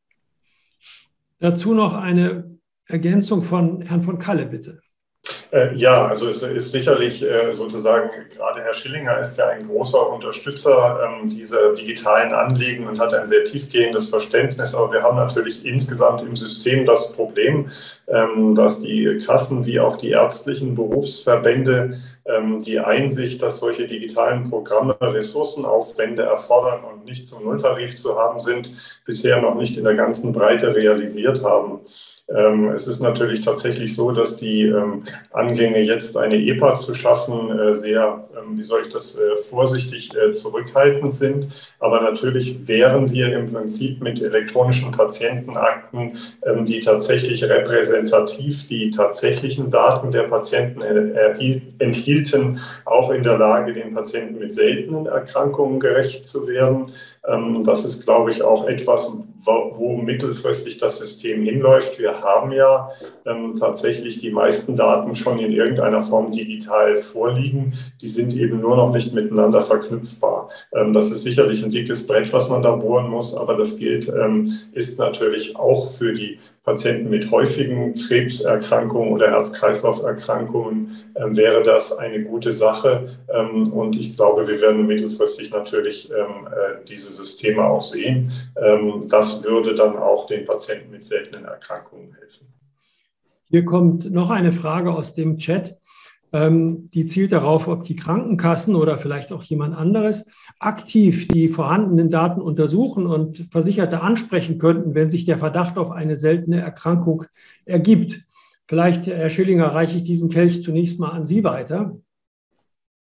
Dazu noch eine Ergänzung von Herrn von Kalle, bitte. Ja, also es ist sicherlich sozusagen, gerade Herr Schillinger ist ja ein großer Unterstützer dieser digitalen Anliegen und hat ein sehr tiefgehendes Verständnis. Aber wir haben natürlich insgesamt im System das Problem, dass die Kassen wie auch die ärztlichen Berufsverbände die Einsicht, dass solche digitalen Programme Ressourcenaufwände erfordern und nicht zum Nulltarif zu haben sind, bisher noch nicht in der ganzen Breite realisiert haben. Es ist natürlich tatsächlich so, dass die Angänge, jetzt eine EPA zu schaffen, sehr, vorsichtig zurückhaltend sind. Aber natürlich wären wir im Prinzip mit elektronischen Patientenakten, die tatsächlich repräsentativ die tatsächlichen Daten der Patienten enthielten, auch in der Lage, den Patienten mit seltenen Erkrankungen gerecht zu werden. Das ist, glaube ich, auch etwas, wo mittelfristig das System hinläuft. Wir haben ja tatsächlich die meisten Daten schon in irgendeiner Form digital vorliegen. Die sind eben nur noch nicht miteinander verknüpfbar. Das ist sicherlich ein dickes Brett, was man da bohren muss, aber das ist natürlich auch für die Patienten mit häufigen Krebserkrankungen oder Herz-Kreislauf-Erkrankungen wäre das eine gute Sache. Und ich glaube, wir werden mittelfristig natürlich diese Systeme auch sehen. Das würde dann auch den Patienten mit seltenen Erkrankungen helfen. Hier kommt noch eine Frage aus dem Chat. Die zielt darauf, ob die Krankenkassen oder vielleicht auch jemand anderes aktiv die vorhandenen Daten untersuchen und Versicherte ansprechen könnten, wenn sich der Verdacht auf eine seltene Erkrankung ergibt. Vielleicht, Herr Schillinger, reiche ich diesen Kelch zunächst mal an Sie weiter.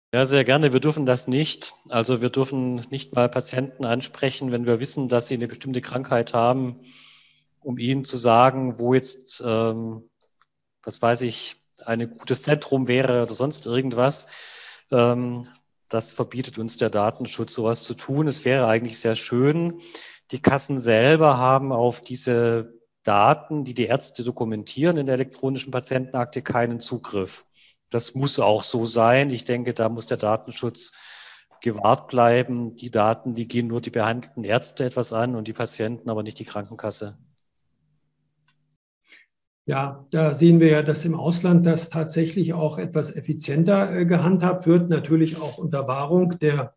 Ja, sehr gerne. Wir dürfen das nicht. Also wir dürfen nicht mal Patienten ansprechen, wenn wir wissen, dass sie eine bestimmte Krankheit haben, um ihnen zu sagen, wo jetzt, was weiß ich, ein gutes Zentrum wäre oder sonst irgendwas. Das verbietet uns der Datenschutz, sowas zu tun. Es wäre eigentlich sehr schön. Die Kassen selber haben auf diese Daten, die die Ärzte dokumentieren in der elektronischen Patientenakte, keinen Zugriff. Das muss auch so sein. Ich denke, da muss der Datenschutz gewahrt bleiben. Die Daten, die gehen nur die behandelnden Ärzte etwas an und die Patienten, aber nicht die Krankenkasse. Ja, da sehen wir ja, dass im Ausland das tatsächlich auch etwas effizienter gehandhabt wird, natürlich auch unter Wahrung der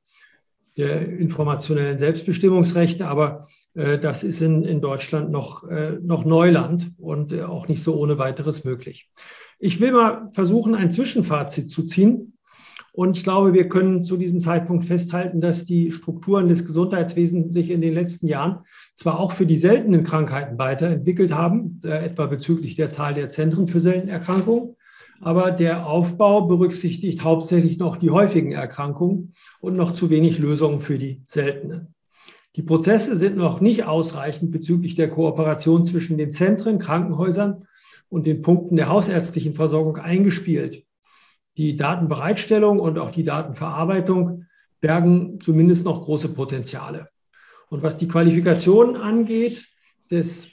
informationellen Selbstbestimmungsrechte, aber das ist in Deutschland noch Neuland und auch nicht so ohne weiteres möglich. Ich will mal versuchen, ein Zwischenfazit zu ziehen. Und ich glaube, wir können zu diesem Zeitpunkt festhalten, dass die Strukturen des Gesundheitswesens sich in den letzten Jahren zwar auch für die seltenen Krankheiten weiterentwickelt haben, etwa bezüglich der Zahl der Zentren für seltene Erkrankungen, aber der Aufbau berücksichtigt hauptsächlich noch die häufigen Erkrankungen und noch zu wenig Lösungen für die seltenen. Die Prozesse sind noch nicht ausreichend bezüglich der Kooperation zwischen den Zentren, Krankenhäusern und den Punkten der hausärztlichen Versorgung eingespielt. Die Datenbereitstellung und auch die Datenverarbeitung bergen zumindest noch große Potenziale. Und was die Qualifikation angeht des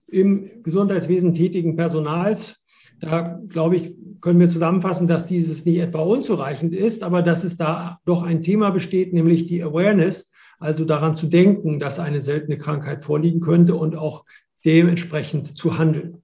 im Gesundheitswesen tätigen Personals, da glaube ich, können wir zusammenfassen, dass dieses nicht etwa unzureichend ist, aber dass es da doch ein Thema besteht, nämlich die Awareness, also daran zu denken, dass eine seltene Krankheit vorliegen könnte und auch dementsprechend zu handeln.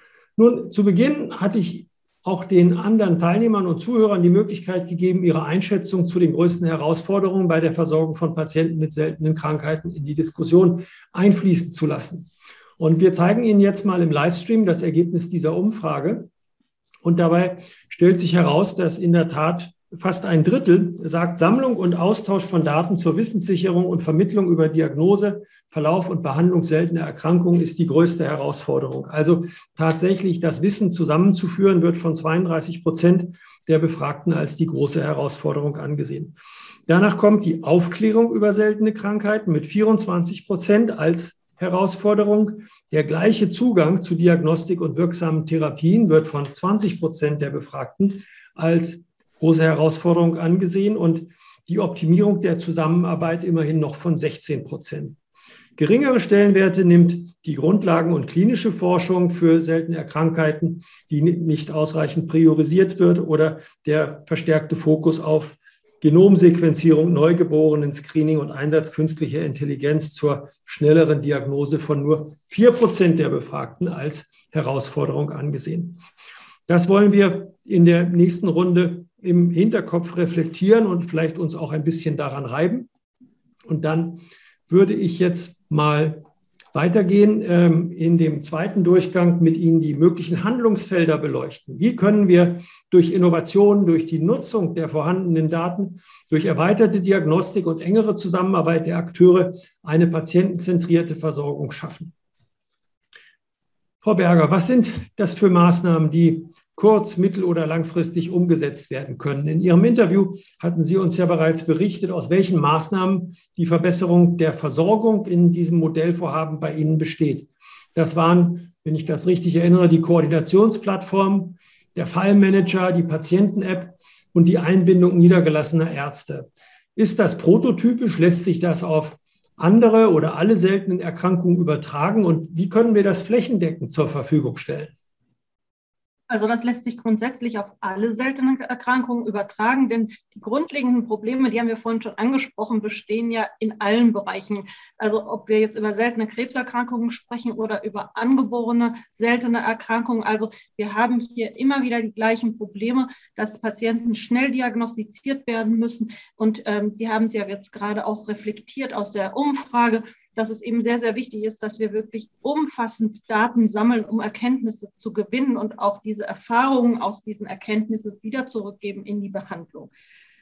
Nun, zu Beginn hatte ich auch den anderen Teilnehmern und Zuhörern die Möglichkeit gegeben, ihre Einschätzung zu den größten Herausforderungen bei der Versorgung von Patienten mit seltenen Krankheiten in die Diskussion einfließen zu lassen. Und wir zeigen Ihnen jetzt mal im Livestream das Ergebnis dieser Umfrage. Und dabei stellt sich heraus, dass in der Tat fast ein Drittel sagt, Sammlung und Austausch von Daten zur Wissenssicherung und Vermittlung über Diagnose, Verlauf und Behandlung seltener Erkrankungen ist die größte Herausforderung. Also tatsächlich das Wissen zusammenzuführen, wird von 32% der Befragten als die große Herausforderung angesehen. Danach kommt die Aufklärung über seltene Krankheiten mit 24% als Herausforderung. Der gleiche Zugang zu Diagnostik und wirksamen Therapien wird von 20% der Befragten als große Herausforderung angesehen und die Optimierung der Zusammenarbeit immerhin noch von 16%. Geringere Stellenwerte nimmt die Grundlagen- und klinische Forschung für seltene Krankheiten, die nicht ausreichend priorisiert wird, oder der verstärkte Fokus auf Genomsequenzierung, Neugeborenen-Screening und Einsatz künstlicher Intelligenz zur schnelleren Diagnose von nur 4% der Befragten als Herausforderung angesehen. Das wollen wir in der nächsten Runde im Hinterkopf reflektieren und vielleicht uns auch ein bisschen daran reiben. Und dann würde ich jetzt mal weitergehen, in dem zweiten Durchgang mit Ihnen die möglichen Handlungsfelder beleuchten. Wie können wir durch Innovation, durch die Nutzung der vorhandenen Daten, durch erweiterte Diagnostik und engere Zusammenarbeit der Akteure eine patientenzentrierte Versorgung schaffen? Frau Berger, was sind das für Maßnahmen, die kurz-, mittel- oder langfristig umgesetzt werden können? In Ihrem Interview hatten Sie uns ja bereits berichtet, aus welchen Maßnahmen die Verbesserung der Versorgung in diesem Modellvorhaben bei Ihnen besteht. Das waren, wenn ich das richtig erinnere, die Koordinationsplattform, der Fallmanager, die Patienten-App und die Einbindung niedergelassener Ärzte. Ist das prototypisch? Lässt sich das auf andere oder alle seltenen Erkrankungen übertragen? Und wie können wir das flächendeckend zur Verfügung stellen? Also das lässt sich grundsätzlich auf alle seltenen Erkrankungen übertragen, denn die grundlegenden Probleme, die haben wir vorhin schon angesprochen, bestehen ja in allen Bereichen. Also ob wir jetzt über seltene Krebserkrankungen sprechen oder über angeborene seltene Erkrankungen. Also wir haben hier immer wieder die gleichen Probleme, dass Patienten schnell diagnostiziert werden müssen. Und Sie haben es ja jetzt gerade auch reflektiert aus der Umfrage, dass es eben sehr, sehr wichtig ist, dass wir wirklich umfassend Daten sammeln, um Erkenntnisse zu gewinnen und auch diese Erfahrungen aus diesen Erkenntnissen wieder zurückgeben in die Behandlung.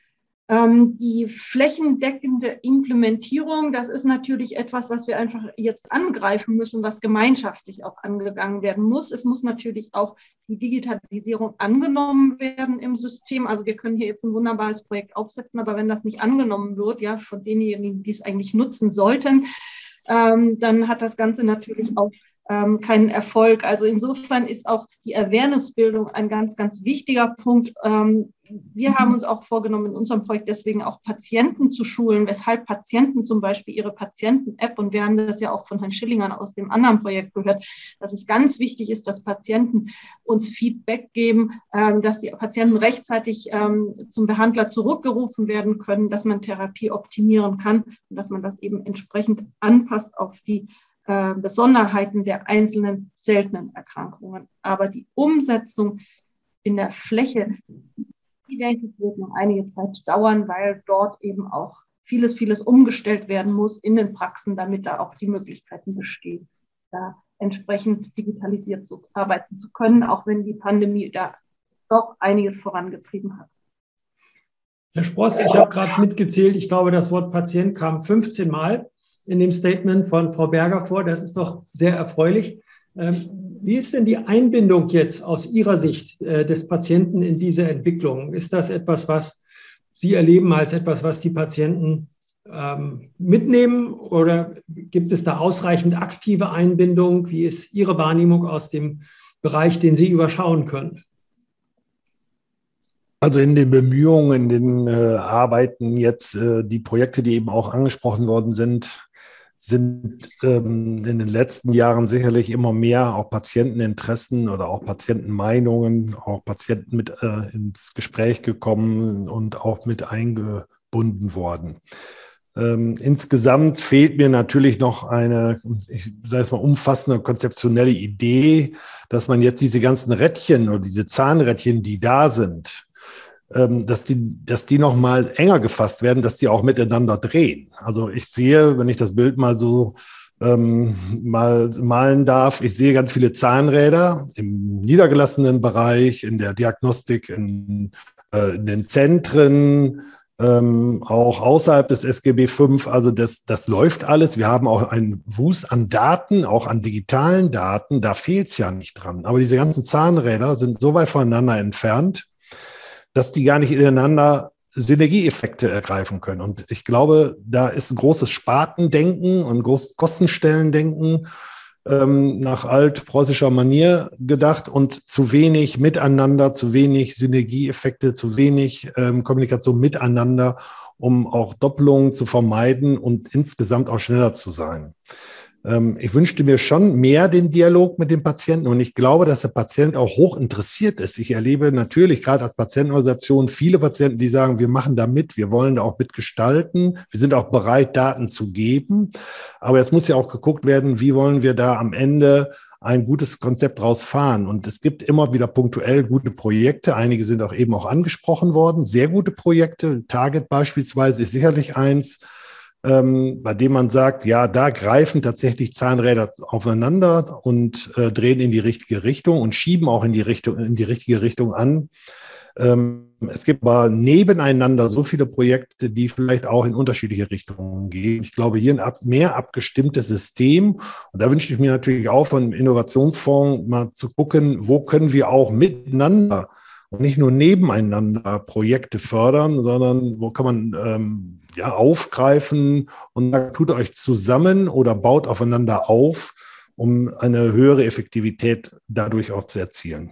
Die flächendeckende Implementierung, das ist natürlich etwas, was wir einfach jetzt angreifen müssen, was gemeinschaftlich auch angegangen werden muss. Es muss natürlich auch die Digitalisierung angenommen werden im System. Also wir können hier jetzt ein wunderbares Projekt aufsetzen, aber wenn das nicht angenommen wird, ja, von denjenigen, die es eigentlich nutzen sollten, dann hat das Ganze natürlich auch keinen Erfolg. Also insofern ist auch die Awareness-Bildung ein ganz, ganz wichtiger Punkt. Wir haben uns auch vorgenommen, in unserem Projekt deswegen auch Patienten zu schulen, weshalb Patienten zum Beispiel ihre Patienten-App, und wir haben das ja auch von Herrn Schillingern aus dem anderen Projekt gehört, dass es ganz wichtig ist, dass Patienten uns Feedback geben, dass die Patienten rechtzeitig zum Behandler zurückgerufen werden können, dass man Therapie optimieren kann und dass man das eben entsprechend anpasst auf die Besonderheiten der einzelnen seltenen Erkrankungen. Aber die Umsetzung in der Fläche, die, denke ich, wird noch einige Zeit dauern, weil dort eben auch vieles umgestellt werden muss in den Praxen, damit da auch die Möglichkeiten bestehen, da entsprechend digitalisiert arbeiten zu können, auch wenn die Pandemie da doch einiges vorangetrieben hat. Herr Spross, ich habe gerade mitgezählt, ich glaube, das Wort Patient kam 15 Mal in dem Statement von Frau Berger vor. Das ist doch sehr erfreulich. Wie ist denn die Einbindung jetzt aus Ihrer Sicht des Patienten in diese Entwicklung? Ist das etwas, was Sie erleben als etwas, was die Patienten mitnehmen, oder gibt es da ausreichend aktive Einbindung? Wie ist Ihre Wahrnehmung aus dem Bereich, den Sie überschauen können? Also in den Bemühungen, in den Arbeiten jetzt, die Projekte, die eben auch angesprochen worden sind in den letzten Jahren sicherlich immer mehr auch Patienteninteressen oder auch Patientenmeinungen, auch Patienten mit ins Gespräch gekommen und auch mit eingebunden worden. Insgesamt fehlt mir natürlich noch eine, ich sage es mal, umfassende konzeptionelle Idee, dass man jetzt diese ganzen Rädchen oder diese Zahnrädchen, die da sind, dass die noch mal enger gefasst werden, dass die auch miteinander drehen. Also ich sehe, wenn ich das Bild mal so mal malen darf, ich sehe ganz viele Zahnräder im niedergelassenen Bereich, in der Diagnostik, in den Zentren, auch außerhalb des SGB V. Also das läuft alles. Wir haben auch einen Wust an Daten, auch an digitalen Daten. Da fehlt es ja nicht dran. Aber diese ganzen Zahnräder sind so weit voneinander entfernt, dass die gar nicht ineinander Synergieeffekte ergreifen können. Und ich glaube, da ist ein großes Spartendenken und großes Kostenstellendenken nach altpreußischer Manier gedacht und zu wenig miteinander, zu wenig Synergieeffekte, zu wenig Kommunikation miteinander, um auch Doppelungen zu vermeiden und insgesamt auch schneller zu sein. Ich wünschte mir schon mehr den Dialog mit dem Patienten, und ich glaube, dass der Patient auch hoch interessiert ist. Ich erlebe natürlich gerade als Patientenorganisation viele Patienten, die sagen, wir machen da mit, wir wollen da auch mitgestalten, wir sind auch bereit, Daten zu geben. Aber es muss ja auch geguckt werden, wie wollen wir da am Ende ein gutes Konzept rausfahren. Und es gibt immer wieder punktuell gute Projekte. Einige sind auch eben auch angesprochen worden, sehr gute Projekte. Target beispielsweise ist sicherlich eins, bei dem man sagt, ja, da greifen tatsächlich Zahnräder aufeinander und drehen in die richtige Richtung und schieben auch in die richtige Richtung an. Es gibt aber nebeneinander so viele Projekte, die vielleicht auch in unterschiedliche Richtungen gehen. Ich glaube, hier ein mehr abgestimmtes System. Und da wünsche ich mir natürlich auch von dem Innovationsfonds mal zu gucken, wo können wir auch miteinander und nicht nur nebeneinander Projekte fördern, sondern wo kann man aufgreifen und sagt, tut euch zusammen oder baut aufeinander auf, um eine höhere Effektivität dadurch auch zu erzielen.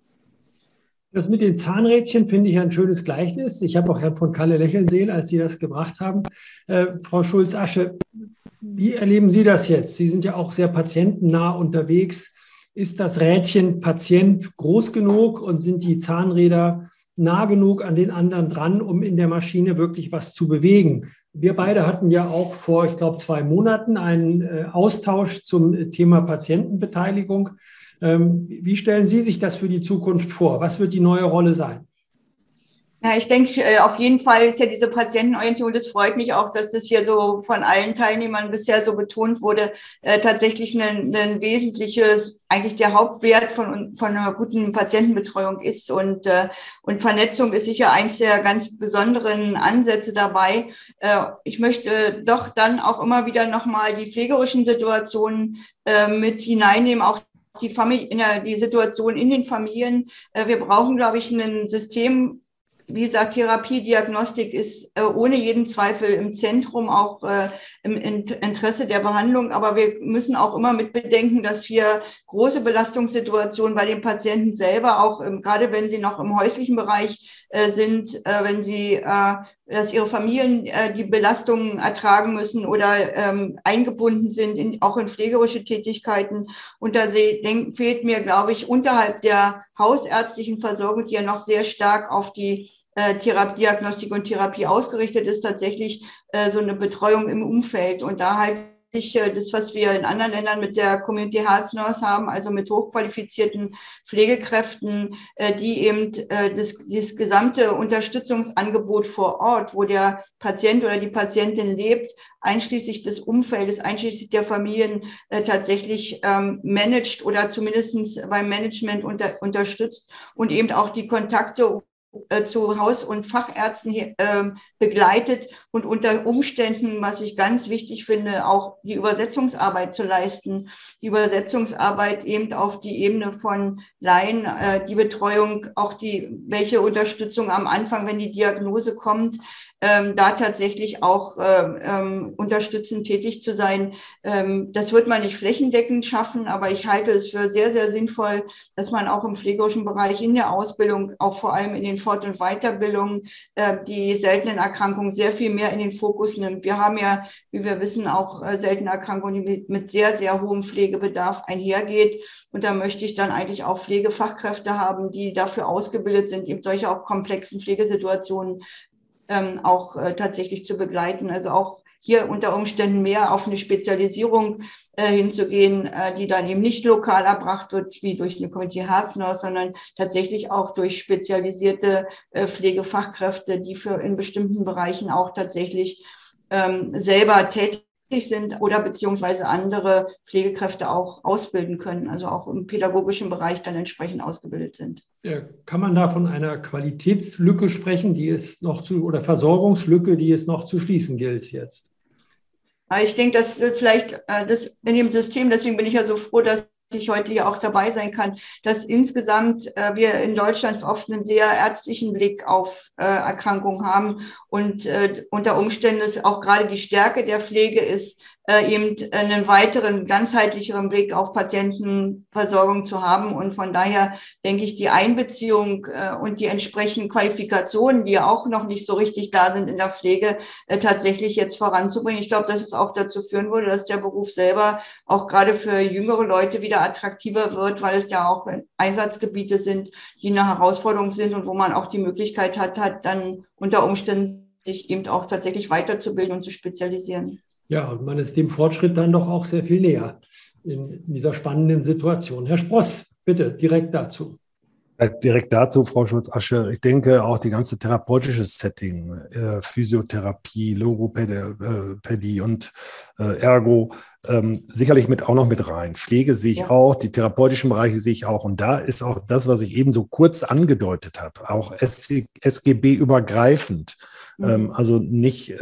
Das mit den Zahnrädchen finde ich ein schönes Gleichnis. Ich habe auch Herrn von Kalle lächeln sehen, als Sie das gebracht haben. Frau Schulz-Asche, wie erleben Sie das jetzt? Sie sind ja auch sehr patientennah unterwegs. Ist das Rädchen Patient groß genug und sind die Zahnräder nah genug an den anderen dran, um in der Maschine wirklich was zu bewegen? Wir beide hatten ja auch vor, ich glaube, 2 Monaten einen Austausch zum Thema Patientenbeteiligung. Wie stellen Sie sich das für die Zukunft vor? Was wird die neue Rolle sein? Ja, ich denke, auf jeden Fall ist ja diese Patientenorientierung, das freut mich auch, dass das hier so von allen Teilnehmern bisher so betont wurde, tatsächlich ein wesentliches, eigentlich der Hauptwert von einer guten Patientenbetreuung ist. Und Vernetzung ist sicher eins der ganz besonderen Ansätze dabei. Ich möchte doch dann auch immer wieder nochmal die pflegerischen Situationen mit hineinnehmen, auch die Situation in den Familien. Wir brauchen, glaube ich, ein System. Wie gesagt, Therapie, Diagnostik ist ohne jeden Zweifel im Zentrum, auch im Interesse der Behandlung. Aber wir müssen auch immer mit bedenken, dass wir große Belastungssituationen bei den Patienten selber, auch gerade wenn sie noch im häuslichen Bereich sind, wenn sie, dass ihre Familien die Belastungen ertragen müssen oder eingebunden sind, auch in pflegerische Tätigkeiten. Und da fehlt mir, glaube ich, unterhalb der hausärztlichen Versorgung, die ja noch sehr stark auf die Diagnostik und Therapie ausgerichtet ist, tatsächlich so eine Betreuung im Umfeld. Und da halte ich das, was wir in anderen Ländern mit der Community Health Nurse haben, also mit hochqualifizierten Pflegekräften, die eben das gesamte Unterstützungsangebot vor Ort, wo der Patient oder die Patientin lebt, einschließlich des Umfeldes, einschließlich der Familien tatsächlich managt oder zumindest beim Management unterstützt und eben auch die Kontakte zu Haus- und Fachärzten begleitet und unter Umständen, was ich ganz wichtig finde, auch die Übersetzungsarbeit zu leisten. Die Übersetzungsarbeit eben auf die Ebene von Laien, die Betreuung, auch welche Unterstützung am Anfang, wenn die Diagnose kommt, da tatsächlich auch unterstützend tätig zu sein. Das wird man nicht flächendeckend schaffen, aber ich halte es für sehr, sehr sinnvoll, dass man auch im pflegerischen Bereich in der Ausbildung, auch vor allem in den Fort- und Weiterbildungen, die seltenen Erkrankungen sehr viel mehr in den Fokus nimmt. Wir haben ja, wie wir wissen, auch seltene Erkrankungen, die mit sehr, sehr hohem Pflegebedarf einhergeht. Und da möchte ich dann eigentlich auch Pflegefachkräfte haben, die dafür ausgebildet sind, eben solche auch komplexen Pflegesituationen auch tatsächlich zu begleiten. Also auch hier unter Umständen mehr auf eine Spezialisierung hinzugehen, die dann eben nicht lokal erbracht wird, wie durch eine Community Health Nurse, sondern tatsächlich auch durch spezialisierte Pflegefachkräfte, die in bestimmten Bereichen auch tatsächlich selber tätig sind oder beziehungsweise andere Pflegekräfte auch ausbilden können, also auch im pädagogischen Bereich dann entsprechend ausgebildet sind. Kann man da von einer Qualitätslücke sprechen, die es noch oder Versorgungslücke, die es noch zu schließen gilt jetzt? Ich denke, dass vielleicht das in dem System, deswegen bin ich ja so froh, dass ich heute hier auch dabei sein kann, dass insgesamt wir in Deutschland oft einen sehr ärztlichen Blick auf Erkrankungen haben und unter Umständen ist auch gerade die Stärke der Pflege ist, eben einen weiteren, ganzheitlicheren Blick auf Patientenversorgung zu haben. Und von daher denke ich, die Einbeziehung und die entsprechenden Qualifikationen, die ja auch noch nicht so richtig da sind in der Pflege, tatsächlich jetzt voranzubringen. Ich glaube, dass es auch dazu führen würde, dass der Beruf selber auch gerade für jüngere Leute wieder attraktiver wird, weil es ja auch Einsatzgebiete sind, die eine Herausforderung sind und wo man auch die Möglichkeit hat dann unter Umständen sich eben auch tatsächlich weiterzubilden und zu spezialisieren. Ja, und man ist dem Fortschritt dann doch auch sehr viel näher in dieser spannenden Situation. Herr Spross, bitte direkt dazu. Direkt dazu, Frau Schulz-Asche. Ich denke, auch die ganze therapeutische Setting, Physiotherapie, Logopädie und Ergo, sicherlich auch noch mit rein. Pflege sehe ich auch, die therapeutischen Bereiche sehe ich auch. Und da ist auch das, was ich eben so kurz angedeutet habe, auch SGB-übergreifend. Also nicht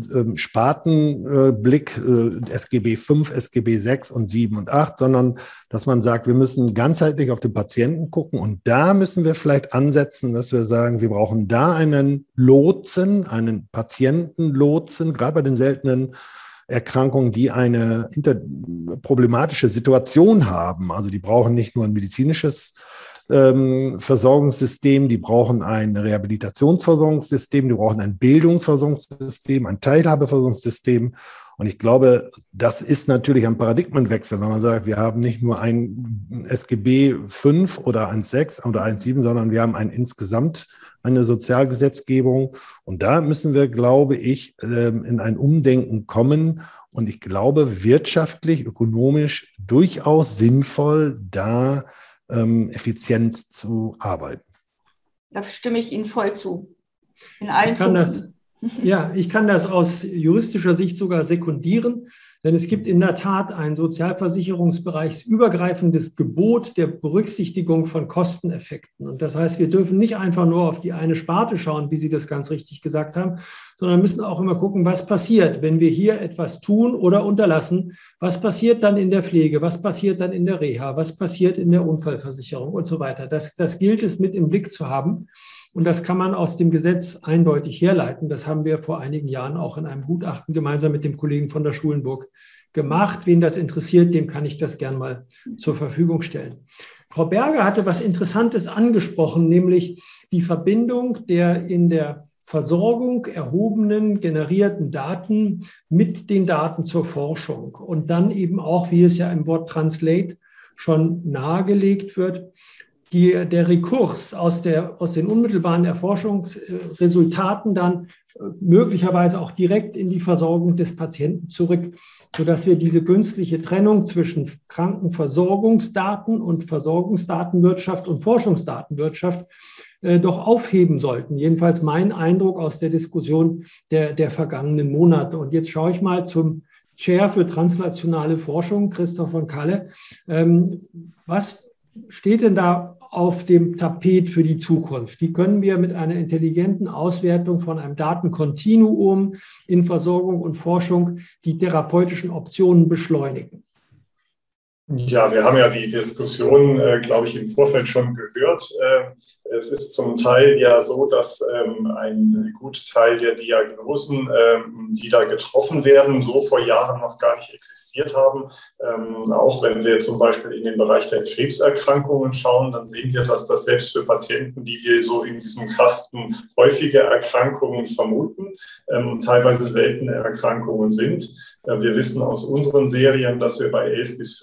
Spartenblick, SGB 5, SGB 6 und 7 und 8, sondern dass man sagt, wir müssen ganzheitlich auf den Patienten gucken und da müssen wir vielleicht ansetzen, dass wir sagen, wir brauchen da einen Lotsen, einen Patientenlotsen, gerade bei den seltenen Erkrankungen, die eine problematische Situation haben. Also die brauchen nicht nur ein medizinisches Versorgungssystem, die brauchen ein Rehabilitationsversorgungssystem, die brauchen ein Bildungsversorgungssystem, ein Teilhabeversorgungssystem. Und ich glaube, das ist natürlich ein Paradigmenwechsel, wenn man sagt, wir haben nicht nur ein SGB 5 oder 1.6 oder 1.7, sondern wir haben insgesamt eine Sozialgesetzgebung. Und da müssen wir, glaube ich, in ein Umdenken kommen. Und ich glaube, wirtschaftlich, ökonomisch durchaus sinnvoll, da effizient zu arbeiten. Da stimme ich Ihnen voll zu. In allen Ich kann das aus juristischer Sicht sogar sekundieren, denn es gibt in der Tat ein sozialversicherungsbereichsübergreifendes Gebot der Berücksichtigung von Kosteneffekten. Und das heißt, wir dürfen nicht einfach nur auf die eine Sparte schauen, wie Sie das ganz richtig gesagt haben, sondern müssen auch immer gucken, was passiert, wenn wir hier etwas tun oder unterlassen. Was passiert dann in der Pflege? Was passiert dann in der Reha? Was passiert in der Unfallversicherung und so weiter? Das gilt es mit im Blick zu haben. Und das kann man aus dem Gesetz eindeutig herleiten. Das haben wir vor einigen Jahren auch in einem Gutachten gemeinsam mit dem Kollegen von der Schulenburg gemacht. Wen das interessiert, dem kann ich das gern mal zur Verfügung stellen. Frau Berger hatte was Interessantes angesprochen, nämlich die Verbindung der in der Versorgung erhobenen, generierten Daten mit den Daten zur Forschung. Und dann eben auch, wie es ja im Wort Translate schon nahegelegt wird, der Rekurs aus den unmittelbaren Erforschungsresultaten dann möglicherweise auch direkt in die Versorgung des Patienten zurück, sodass wir diese künstliche Trennung zwischen Krankenversorgungsdaten und Versorgungsdatenwirtschaft und Forschungsdatenwirtschaft doch aufheben sollten. Jedenfalls mein Eindruck aus der Diskussion der vergangenen Monate. Und jetzt schaue ich mal zum Chair für translationale Forschung, Christoph von Kalle. Was steht denn da auf dem Tapet für die Zukunft? Wie können wir mit einer intelligenten Auswertung von einem Datenkontinuum in Versorgung und Forschung die therapeutischen Optionen beschleunigen? Ja, wir haben ja die Diskussion, glaube ich, im Vorfeld schon gehört. Es ist zum Teil ja so, dass ein Gutteil der Diagnosen, die da getroffen werden, so vor Jahren noch gar nicht existiert haben. Auch wenn wir zum Beispiel in den Bereich der Krebserkrankungen schauen, dann sehen wir, dass das selbst für Patienten, die wir so in diesem Kasten häufige Erkrankungen vermuten, teilweise seltene Erkrankungen sind. Wir wissen aus unseren Serien, dass wir bei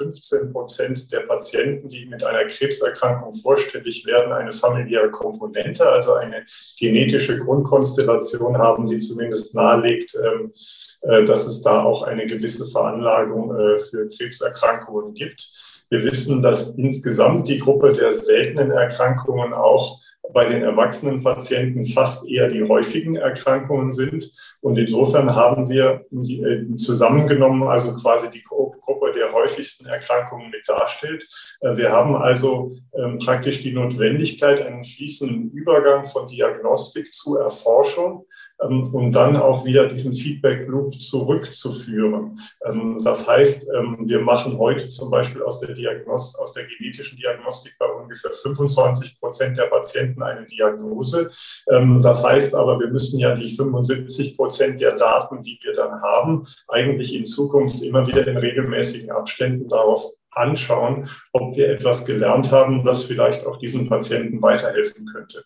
11-15% der Patienten, die mit einer Krebserkrankung vorstellig werden, eine familiäre Komponente, also eine genetische Grundkonstellation haben, die zumindest nahelegt, dass es da auch eine gewisse Veranlagung für Krebserkrankungen gibt. Wir wissen, dass insgesamt die Gruppe der seltenen Erkrankungen auch bei den erwachsenen Patienten fast eher die häufigen Erkrankungen sind. Und insofern haben wir zusammengenommen, also quasi die Gruppe der häufigsten Erkrankungen mit darstellt. Wir haben also praktisch die Notwendigkeit, einen fließenden Übergang von Diagnostik zu Erforschung, um dann auch wieder diesen Feedback-Loop zurückzuführen. Das heißt, wir machen heute zum Beispiel aus der genetischen Diagnostik bei ungefähr 25% der Patienten eine Diagnose. Das heißt aber, wir müssen ja die 75% der Daten, die wir dann haben, eigentlich in Zukunft immer wieder in regelmäßigen Abständen darauf anschauen, ob wir etwas gelernt haben, das vielleicht auch diesen Patienten weiterhelfen könnte.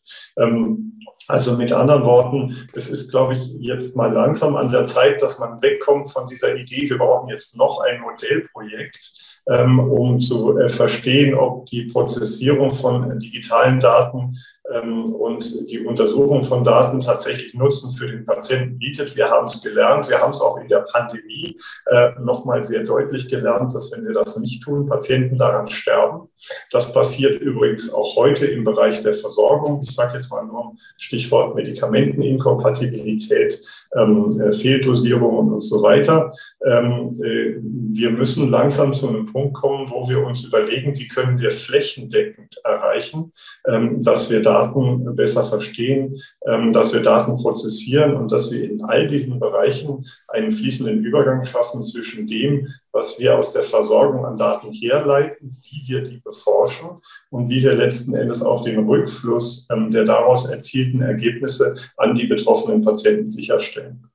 Also mit anderen Worten, es ist, glaube ich, jetzt mal langsam an der Zeit, dass man wegkommt von dieser Idee, wir brauchen jetzt noch ein Modellprojekt, um zu verstehen, ob die Prozessierung von digitalen Daten und die Untersuchung von Daten tatsächlich Nutzen für den Patienten bietet. Wir haben es gelernt, wir haben es auch in der Pandemie nochmal sehr deutlich gelernt, dass wenn wir das nicht tun, Patienten daran sterben. Das passiert übrigens auch heute im Bereich der Versorgung. Ich sage jetzt mal nur Stichwort Medikamenteninkompatibilität, Fehldosierung und so weiter. Wir müssen langsam zu einem Punkt kommen, wo wir uns überlegen, wie können wir flächendeckend erreichen, dass wir Daten besser verstehen, dass wir Daten prozessieren und dass wir in all diesen Bereichen einen fließenden Übergang schaffen zwischen dem, was wir aus der Versorgung an Daten herleiten, wie wir die beforschen und wie wir letzten Endes auch den Rückfluss der daraus erzielten Ergebnisse an die betroffenen Patienten sicherstellen.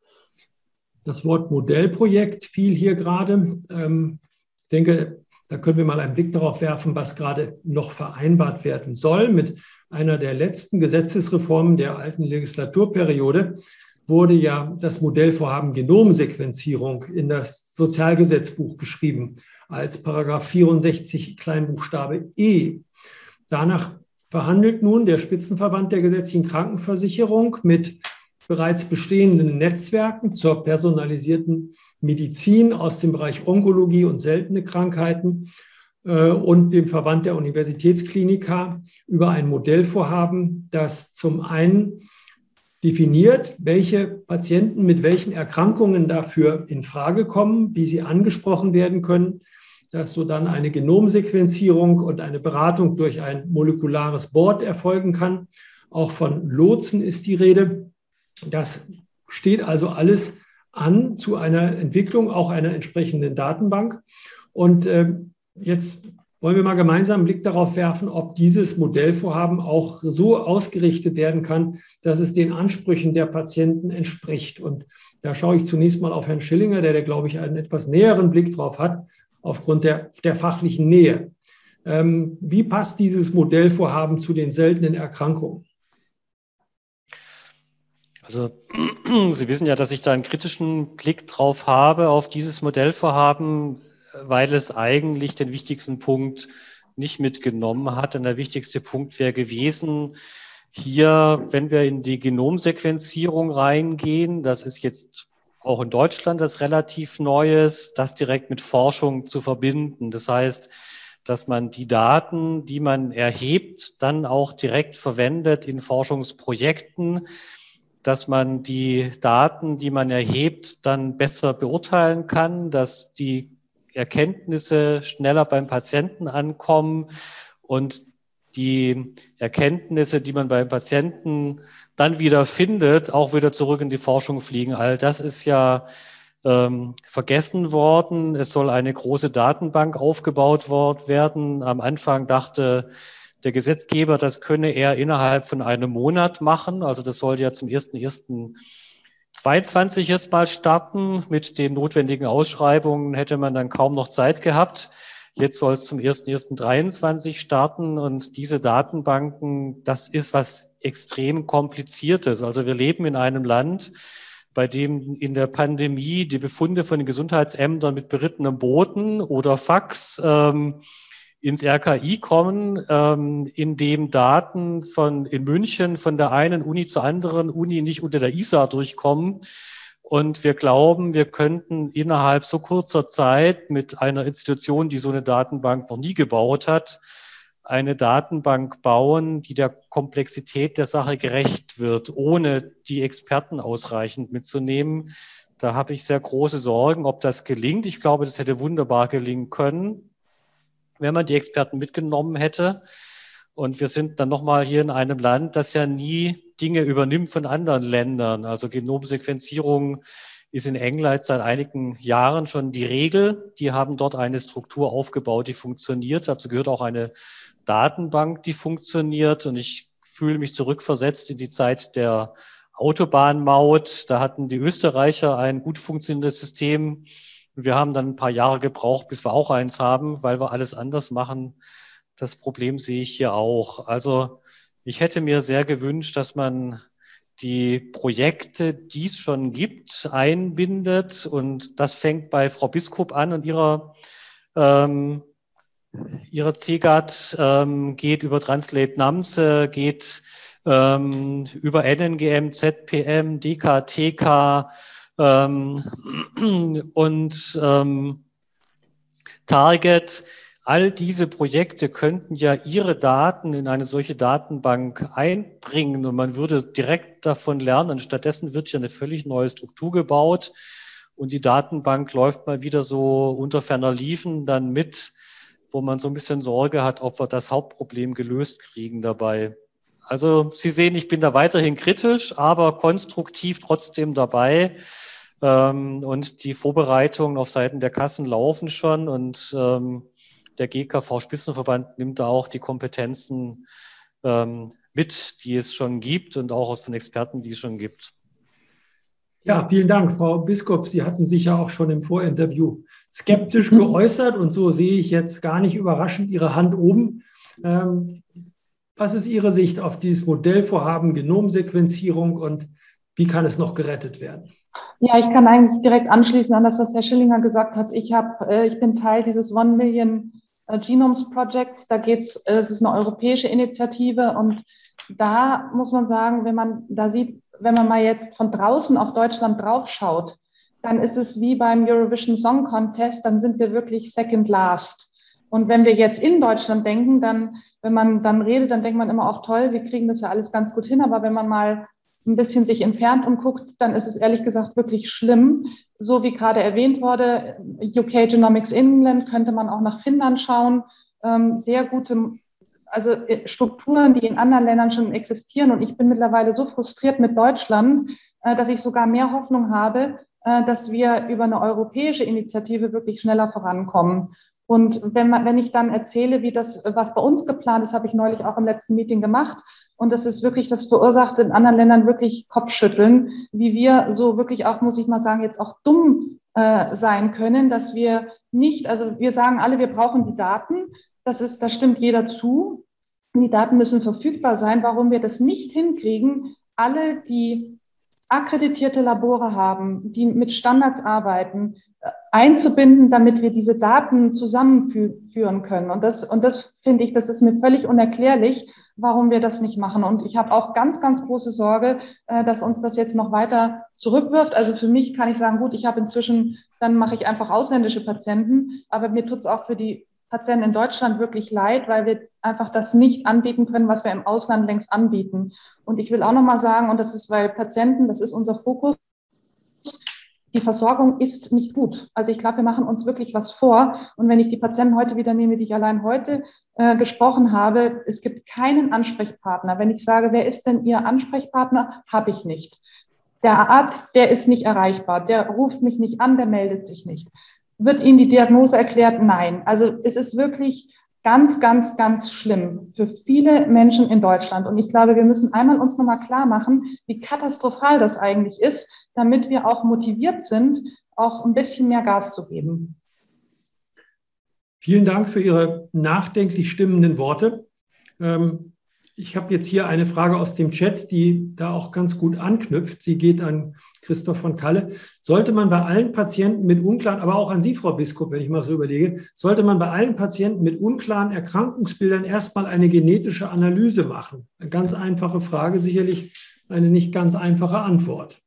Das Wort Modellprojekt fiel hier gerade. Ich denke, da können wir mal einen Blick darauf werfen, was gerade noch vereinbart werden soll. Mit einer der letzten Gesetzesreformen der alten Legislaturperiode wurde ja das Modellvorhaben Genomsequenzierung in das Sozialgesetzbuch geschrieben als Paragraph 64 Kleinbuchstabe E. Danach verhandelt nun der Spitzenverband der gesetzlichen Krankenversicherung mit bereits bestehenden Netzwerken zur personalisierten Medizin aus dem Bereich Onkologie und seltene Krankheiten und dem Verband der Universitätskliniker über ein Modellvorhaben, das zum einen definiert, welche Patienten mit welchen Erkrankungen dafür in Frage kommen, wie sie angesprochen werden können, dass so dann eine Genomsequenzierung und eine Beratung durch ein molekulares Board erfolgen kann. Auch von Lotsen ist die Rede. Das steht also alles an zu einer Entwicklung, auch einer entsprechenden Datenbank. Und jetzt wollen wir mal gemeinsam einen Blick darauf werfen, ob dieses Modellvorhaben auch so ausgerichtet werden kann, dass es den Ansprüchen der Patienten entspricht. Und da schaue ich zunächst mal auf Herrn Schillinger, der glaube ich, einen etwas näheren Blick drauf hat, aufgrund der fachlichen Nähe. Wie passt dieses Modellvorhaben zu den seltenen Erkrankungen? Also Sie wissen ja, dass ich da einen kritischen Blick drauf habe auf dieses Modellvorhaben, weil es eigentlich den wichtigsten Punkt nicht mitgenommen hat. Und der wichtigste Punkt wäre gewesen, hier, wenn wir in die Genomsequenzierung reingehen, das ist jetzt auch in Deutschland das relativ Neues, das direkt mit Forschung zu verbinden. Das heißt, dass man die Daten, die man erhebt, dann auch direkt verwendet in Forschungsprojekten, dass man die Daten, die man erhebt, dann besser beurteilen kann, dass die Erkenntnisse schneller beim Patienten ankommen und die Erkenntnisse, die man beim Patienten dann wieder findet, auch wieder zurück in die Forschung fliegen. All das ist ja vergessen worden. Es soll eine große Datenbank aufgebaut werden. Am Anfang dachte der Gesetzgeber, das könne er innerhalb von einem Monat machen. Also das soll ja zum 1.1.22 jetzt mal starten. Mit den notwendigen Ausschreibungen hätte man dann kaum noch Zeit gehabt. Jetzt soll es zum 1.1.23 starten und diese Datenbanken, das ist was extrem Kompliziertes. Also wir leben in einem Land, bei dem in der Pandemie die Befunde von den Gesundheitsämtern mit berittenem Boten oder Fax ins RKI kommen, in dem Daten in München von der einen Uni zur anderen Uni nicht unter der ISA durchkommen. Und wir glauben, wir könnten innerhalb so kurzer Zeit mit einer Institution, die so eine Datenbank noch nie gebaut hat, eine Datenbank bauen, die der Komplexität der Sache gerecht wird, ohne die Experten ausreichend mitzunehmen. Da habe ich sehr große Sorgen, ob das gelingt. Ich glaube, das hätte wunderbar gelingen können, wenn man die Experten mitgenommen hätte. Und wir sind dann nochmal hier in einem Land, das ja nie Dinge übernimmt von anderen Ländern. Also Genomsequenzierung ist in England seit einigen Jahren schon die Regel. Die haben dort eine Struktur aufgebaut, die funktioniert. Dazu gehört auch eine Datenbank, die funktioniert. Und ich fühle mich zurückversetzt in die Zeit der Autobahnmaut. Da hatten die Österreicher ein gut funktionierendes System. Wir haben dann ein paar Jahre gebraucht, bis wir auch eins haben, weil wir alles anders machen. Das Problem sehe ich hier auch. Also ich hätte mir sehr gewünscht, dass man die Projekte, die es schon gibt, einbindet. Und das fängt bei Frau Biskup an und ihre CGAT geht über Translate NAMSE, geht über NNGM, ZPM, DKTK und Target. All diese Projekte könnten ja ihre Daten in eine solche Datenbank einbringen und man würde direkt davon lernen. Stattdessen wird ja eine völlig neue Struktur gebaut und die Datenbank läuft mal wieder so unter ferner Liefen dann mit, wo man so ein bisschen Sorge hat, ob wir das Hauptproblem gelöst kriegen dabei. Also Sie sehen, ich bin da weiterhin kritisch, aber konstruktiv trotzdem dabei. Und die Vorbereitungen auf Seiten der Kassen laufen schon und der GKV-Spitzenverband nimmt da auch die Kompetenzen mit, die es schon gibt und auch von Experten, die es schon gibt. Ja, vielen Dank, Frau Biskup. Sie hatten sich ja auch schon im Vorinterview skeptisch geäußert und so sehe ich jetzt gar nicht überraschend Ihre Hand oben. Was ist Ihre Sicht auf dieses Modellvorhaben Genomsequenzierung und wie kann es noch gerettet werden? Ja, ich kann eigentlich direkt anschließen an das, was Herr Schillinger gesagt hat. Ich bin Teil dieses 1 Million Genomes Project. Es ist eine europäische Initiative und da muss man sagen, wenn man mal jetzt von draußen auf Deutschland draufschaut, dann ist es wie beim Eurovision Song Contest, dann sind wir wirklich second last. Und wenn wir jetzt in Deutschland denken, wenn man dann redet, dann denkt man immer auch toll, wir kriegen das ja alles ganz gut hin, aber wenn man mal ein bisschen sich entfernt und guckt, dann ist es ehrlich gesagt wirklich schlimm. So wie gerade erwähnt wurde, UK Genomics England, könnte man auch nach Finnland schauen. Sehr gute, also Strukturen, die in anderen Ländern schon existieren. Und ich bin mittlerweile so frustriert mit Deutschland, dass ich sogar mehr Hoffnung habe, dass wir über eine europäische Initiative wirklich schneller vorankommen. Und wenn ich dann erzähle, was bei uns geplant ist, habe ich neulich auch im letzten Meeting gemacht. Und das ist wirklich, das verursacht in anderen Ländern wirklich Kopfschütteln, wie wir so wirklich auch, muss ich mal sagen, jetzt auch dumm sein können, dass wir nicht, also wir sagen alle, wir brauchen die Daten. Da stimmt jeder zu. Die Daten müssen verfügbar sein. Warum wir das nicht hinkriegen, alle, die akkreditierte Labore haben, die mit Standards arbeiten, einzubinden, damit wir diese Daten zusammenführen können. Und das finde ich, das ist mir völlig unerklärlich, warum wir das nicht machen. Und ich habe auch ganz, ganz große Sorge, dass uns das jetzt noch weiter zurückwirft. Also für mich kann ich sagen, gut, ich habe inzwischen, dann mache ich einfach ausländische Patienten, aber mir tut es auch für die Patienten in Deutschland wirklich leid, weil wir einfach das nicht anbieten können, was wir im Ausland längst anbieten. Und ich will auch nochmal sagen, und das ist, weil Patienten, das ist unser Fokus, die Versorgung ist nicht gut. Also ich glaube, wir machen uns wirklich was vor. Und wenn ich die Patienten heute wieder nehme, die ich allein heute gesprochen habe, es gibt keinen Ansprechpartner. Wenn ich sage, wer ist denn Ihr Ansprechpartner, habe ich nicht. Der Arzt, der ist nicht erreichbar, der ruft mich nicht an, der meldet sich nicht. Wird Ihnen die Diagnose erklärt? Nein. Also es ist wirklich ganz, ganz, ganz schlimm für viele Menschen in Deutschland. Und ich glaube, wir müssen einmal uns nochmal klar machen, wie katastrophal das eigentlich ist, damit wir auch motiviert sind, auch ein bisschen mehr Gas zu geben. Vielen Dank für Ihre nachdenklich stimmenden Worte. Ich habe jetzt hier eine Frage aus dem Chat, die da auch ganz gut anknüpft. Sie geht an Christoph von Kalle. Sollte man bei allen Patienten mit unklaren, aber auch an Sie, Frau Biskup, wenn ich mal so überlege, sollte man bei allen Patienten mit unklaren Erkrankungsbildern erstmal eine genetische Analyse machen? Eine ganz einfache Frage, sicherlich eine nicht ganz einfache Antwort.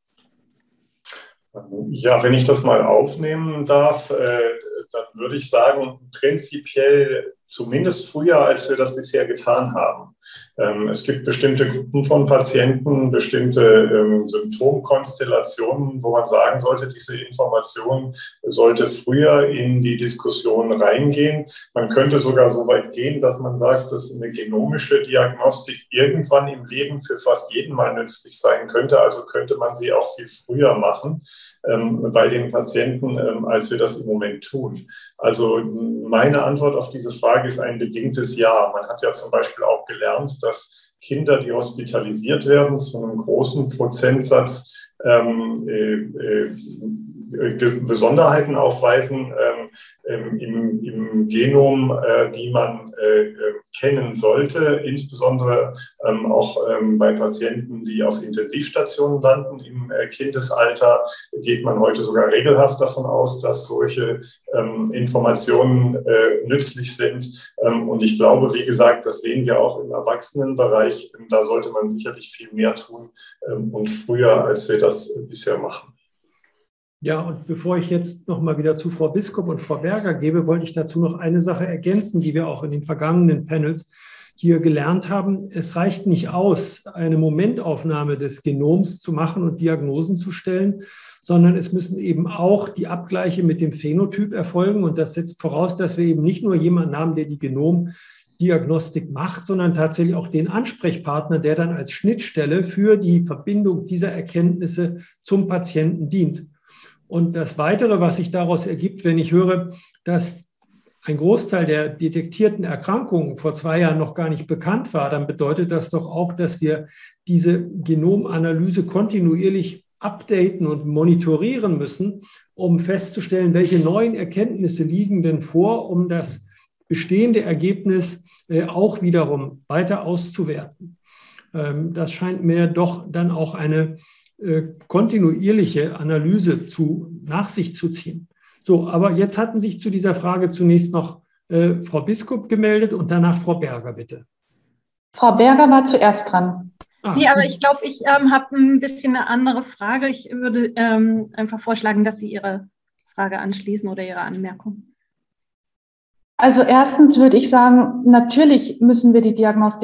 Ja, wenn ich das mal aufnehmen darf, dann würde ich sagen, prinzipiell zumindest früher, als wir das bisher getan haben. Es gibt bestimmte Gruppen von Patienten, bestimmte Symptomkonstellationen, wo man sagen sollte, diese Information sollte früher in die Diskussion reingehen. Man könnte sogar so weit gehen, dass man sagt, dass eine genomische Diagnostik irgendwann im Leben für fast jeden mal nützlich sein könnte. Also könnte man sie auch viel früher machen bei den Patienten, als wir das im Moment tun. Also meine Antwort auf diese Frage ist ein bedingtes Ja. Man hat ja zum Beispiel auch gelernt, dass Kinder, die hospitalisiert werden, zu einem großen Prozentsatz Besonderheiten aufweisen im Genom, die man kennen sollte, insbesondere auch bei Patienten, die auf Intensivstationen landen im Kindesalter, geht man heute sogar regelhaft davon aus, dass solche Informationen nützlich sind. Und ich glaube, wie gesagt, das sehen wir auch im Erwachsenenbereich. Da sollte man sicherlich viel mehr tun und früher, als wir das bisher machen. Ja, und bevor ich jetzt nochmal wieder zu Frau Biskup und Frau Berger gebe, wollte ich dazu noch eine Sache ergänzen, die wir auch in den vergangenen Panels hier gelernt haben. Es reicht nicht aus, eine Momentaufnahme des Genoms zu machen und Diagnosen zu stellen, sondern es müssen eben auch die Abgleiche mit dem Phänotyp erfolgen. Und das setzt voraus, dass wir eben nicht nur jemanden haben, der die Genomdiagnostik macht, sondern tatsächlich auch den Ansprechpartner, der dann als Schnittstelle für die Verbindung dieser Erkenntnisse zum Patienten dient. Und das Weitere, was sich daraus ergibt, wenn ich höre, dass ein Großteil der detektierten Erkrankungen vor 2 Jahren noch gar nicht bekannt war, dann bedeutet das doch auch, dass wir diese Genomanalyse kontinuierlich updaten und monitorieren müssen, um festzustellen, welche neuen Erkenntnisse liegen denn vor, um das bestehende Ergebnis auch wiederum weiter auszuwerten. Das scheint mir doch dann auch eine kontinuierliche Analyse nach sich zu ziehen. So, aber jetzt hatten sich zu dieser Frage zunächst noch Frau Biskup gemeldet und danach Frau Berger, bitte. Frau Berger war zuerst dran. Nee, aber ich glaube, ich habe ein bisschen eine andere Frage. Ich würde einfach vorschlagen, dass Sie Ihre Frage anschließen oder Ihre Anmerkung. Also erstens würde ich sagen, natürlich müssen wir die Diagnostik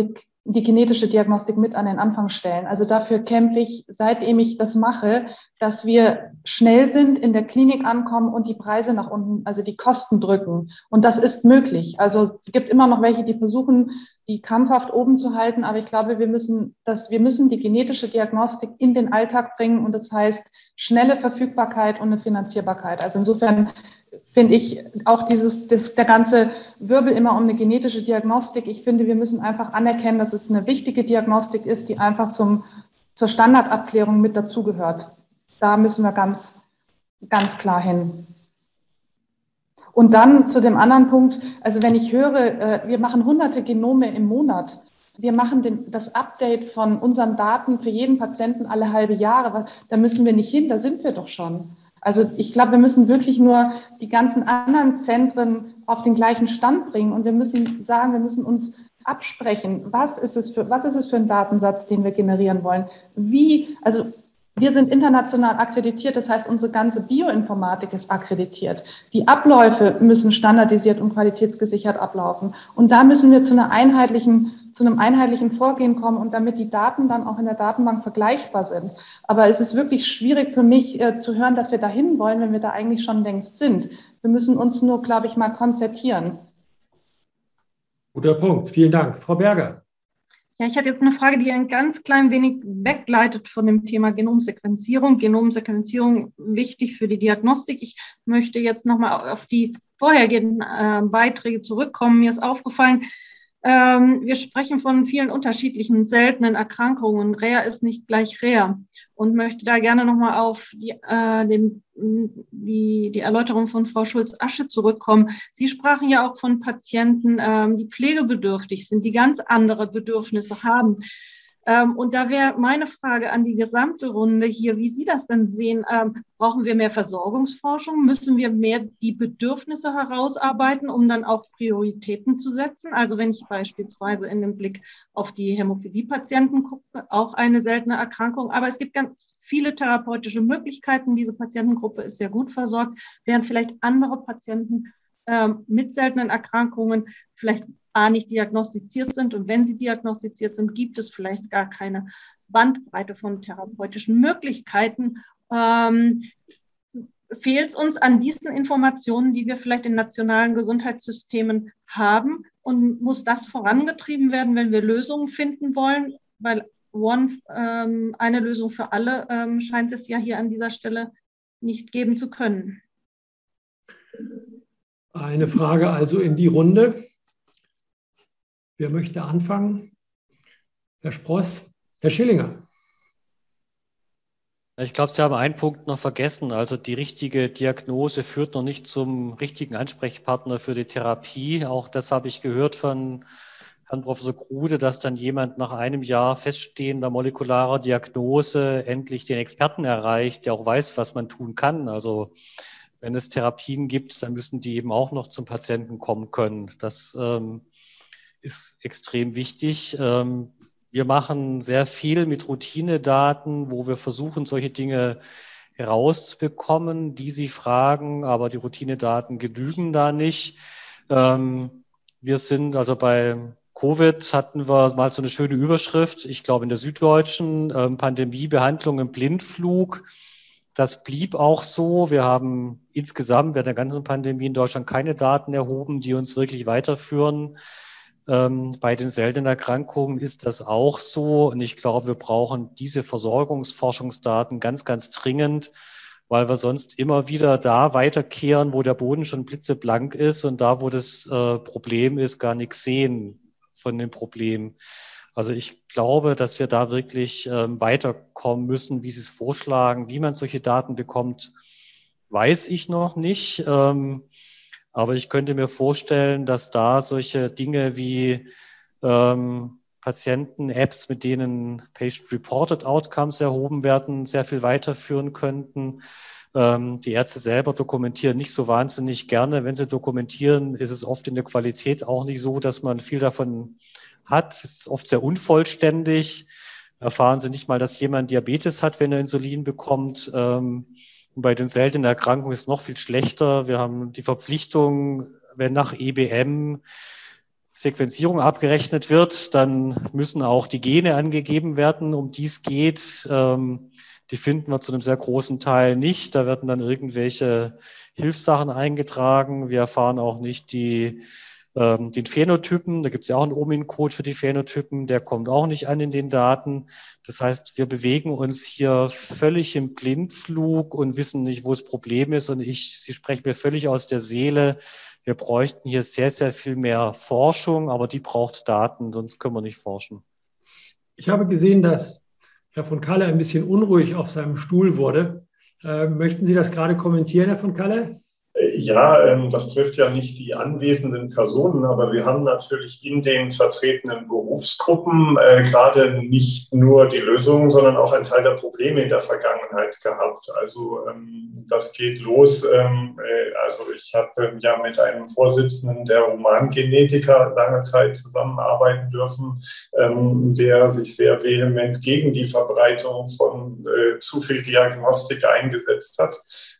die genetische Diagnostik mit an den Anfang stellen. Also dafür kämpfe ich, seitdem ich das mache, dass wir schnell sind, in der Klinik ankommen und die Preise nach unten, also die Kosten drücken. Und das ist möglich. Also es gibt immer noch welche, die versuchen, die krampfhaft oben zu halten. Aber ich glaube, wir müssen die genetische Diagnostik in den Alltag bringen. Und das heißt schnelle Verfügbarkeit und eine Finanzierbarkeit. Also insofern finde ich auch der ganze Wirbel immer um eine genetische Diagnostik. Ich finde, wir müssen einfach anerkennen, dass es eine wichtige Diagnostik ist, die einfach zur Standardabklärung mit dazugehört. Da müssen wir ganz, ganz klar hin. Und dann zu dem anderen Punkt, also wenn ich höre, wir machen hunderte Genome im Monat, wir machen das Update von unseren Daten für jeden Patienten alle halbe Jahre, da müssen wir nicht hin, da sind wir doch schon. Also ich glaube, wir müssen wirklich nur die ganzen anderen Zentren auf den gleichen Stand bringen und wir müssen sagen, wir müssen uns absprechen, was ist es für ein Datensatz, den wir generieren wollen. Also wir sind international akkreditiert, das heißt, unsere ganze Bioinformatik ist akkreditiert. Die Abläufe müssen standardisiert und qualitätsgesichert ablaufen. Und da müssen wir zu einem einheitlichen Vorgehen kommen und damit die Daten dann auch in der Datenbank vergleichbar sind. Aber es ist wirklich schwierig für mich zu hören, dass wir dahin wollen, wenn wir da eigentlich schon längst sind. Wir müssen uns nur, glaube ich, mal konzertieren. Guter Punkt. Vielen Dank. Frau Berger. Ja, ich habe jetzt eine Frage, die ein ganz klein wenig wegleitet von dem Thema Genomsequenzierung. Genomsequenzierung wichtig für die Diagnostik. Ich möchte jetzt nochmal auf die vorhergehenden Beiträge zurückkommen. Mir ist aufgefallen, wir sprechen von vielen unterschiedlichen seltenen Erkrankungen. Rare ist nicht gleich rare und möchte da gerne nochmal auf die Erläuterung von Frau Schulz-Asche zurückkommen. Sie sprachen ja auch von Patienten, die pflegebedürftig sind, die ganz andere Bedürfnisse haben. Und da wäre meine Frage an die gesamte Runde hier, wie Sie das denn sehen. Brauchen wir mehr Versorgungsforschung? Müssen wir mehr die Bedürfnisse herausarbeiten, um dann auch Prioritäten zu setzen? Also wenn ich beispielsweise in den Blick auf die Hämophilie-Patienten gucke, auch eine seltene Erkrankung, aber es gibt ganz viele therapeutische Möglichkeiten. Diese Patientengruppe ist sehr gut versorgt, während vielleicht andere Patienten mit seltenen Erkrankungen vielleicht nicht diagnostiziert sind. Und wenn sie diagnostiziert sind, gibt es vielleicht gar keine Bandbreite von therapeutischen Möglichkeiten. Fehlt es uns an diesen Informationen, die wir vielleicht in nationalen Gesundheitssystemen haben? Und muss das vorangetrieben werden, wenn wir Lösungen finden wollen? Weil eine Lösung für alle scheint es ja hier an dieser Stelle nicht geben zu können. Eine Frage also in die Runde. Wer möchte anfangen? Herr Spross, Herr Schillinger. Ich glaube, Sie haben einen Punkt noch vergessen. Also die richtige Diagnose führt noch nicht zum richtigen Ansprechpartner für die Therapie. Auch das habe ich gehört von Herrn Professor Grude, dass dann jemand nach einem Jahr feststehender molekularer Diagnose endlich den Experten erreicht, der auch weiß, was man tun kann. Also wenn es Therapien gibt, dann müssen die eben auch noch zum Patienten kommen können. Das ist extrem wichtig. Wir machen sehr viel mit Routinedaten, wo wir versuchen, solche Dinge herauszubekommen, die Sie fragen, aber die Routinedaten genügen da nicht. Wir sind also bei Covid hatten wir mal so eine schöne Überschrift, ich glaube in der Süddeutschen, Pandemiebehandlung im Blindflug. Das blieb auch so. Wir haben insgesamt während der ganzen Pandemie in Deutschland keine Daten erhoben, die uns wirklich weiterführen. Bei den seltenen Erkrankungen ist das auch so. Und ich glaube, wir brauchen diese Versorgungsforschungsdaten ganz, ganz dringend, weil wir sonst immer wieder da weiterkehren, wo der Boden schon blitzeblank ist und da, wo das Problem ist, gar nichts sehen von dem Problem. Also ich glaube, dass wir da wirklich weiterkommen müssen, wie Sie es vorschlagen. Wie man solche Daten bekommt, weiß ich noch nicht. Aber ich könnte mir vorstellen, dass da solche Dinge wie Patienten-Apps, mit denen Patient-Reported Outcomes erhoben werden, sehr viel weiterführen könnten. Die Ärzte selber dokumentieren nicht so wahnsinnig gerne. Wenn sie dokumentieren, ist es oft in der Qualität auch nicht so, dass man viel davon hat. Es ist oft sehr unvollständig. Erfahren sie nicht mal, dass jemand Diabetes hat, wenn er Insulin bekommt. Und bei den seltenen Erkrankungen ist es noch viel schlechter. Wir haben die Verpflichtung, wenn nach EBM Sequenzierung abgerechnet wird, dann müssen auch die Gene angegeben werden, um die es geht. Die finden wir zu einem sehr großen Teil nicht. Da werden dann irgendwelche Hilfssachen eingetragen. Wir erfahren auch nicht den Phänotypen. Da gibt es ja auch einen Omin-Code für die Phänotypen. Der kommt auch nicht an in den Daten. Das heißt, wir bewegen uns hier völlig im Blindflug und wissen nicht, wo das Problem ist. Und Sie sprechen mir völlig aus der Seele. Wir bräuchten hier sehr, sehr viel mehr Forschung, aber die braucht Daten, sonst können wir nicht forschen. Ich habe gesehen, dass Herr von Kalle ein bisschen unruhig auf seinem Stuhl wurde. Möchten Sie das gerade kommentieren, Herr von Kalle? Ja, das trifft ja nicht die anwesenden Personen, aber wir haben natürlich in den vertretenen Berufsgruppen gerade nicht nur die Lösungen, sondern auch einen Teil der Probleme in der Vergangenheit gehabt. Also das geht los. Also ich habe ja mit einem Vorsitzenden der Humangenetiker lange Zeit zusammenarbeiten dürfen, der sich sehr vehement gegen die Verbreitung von zu viel Diagnostik eingesetzt hat.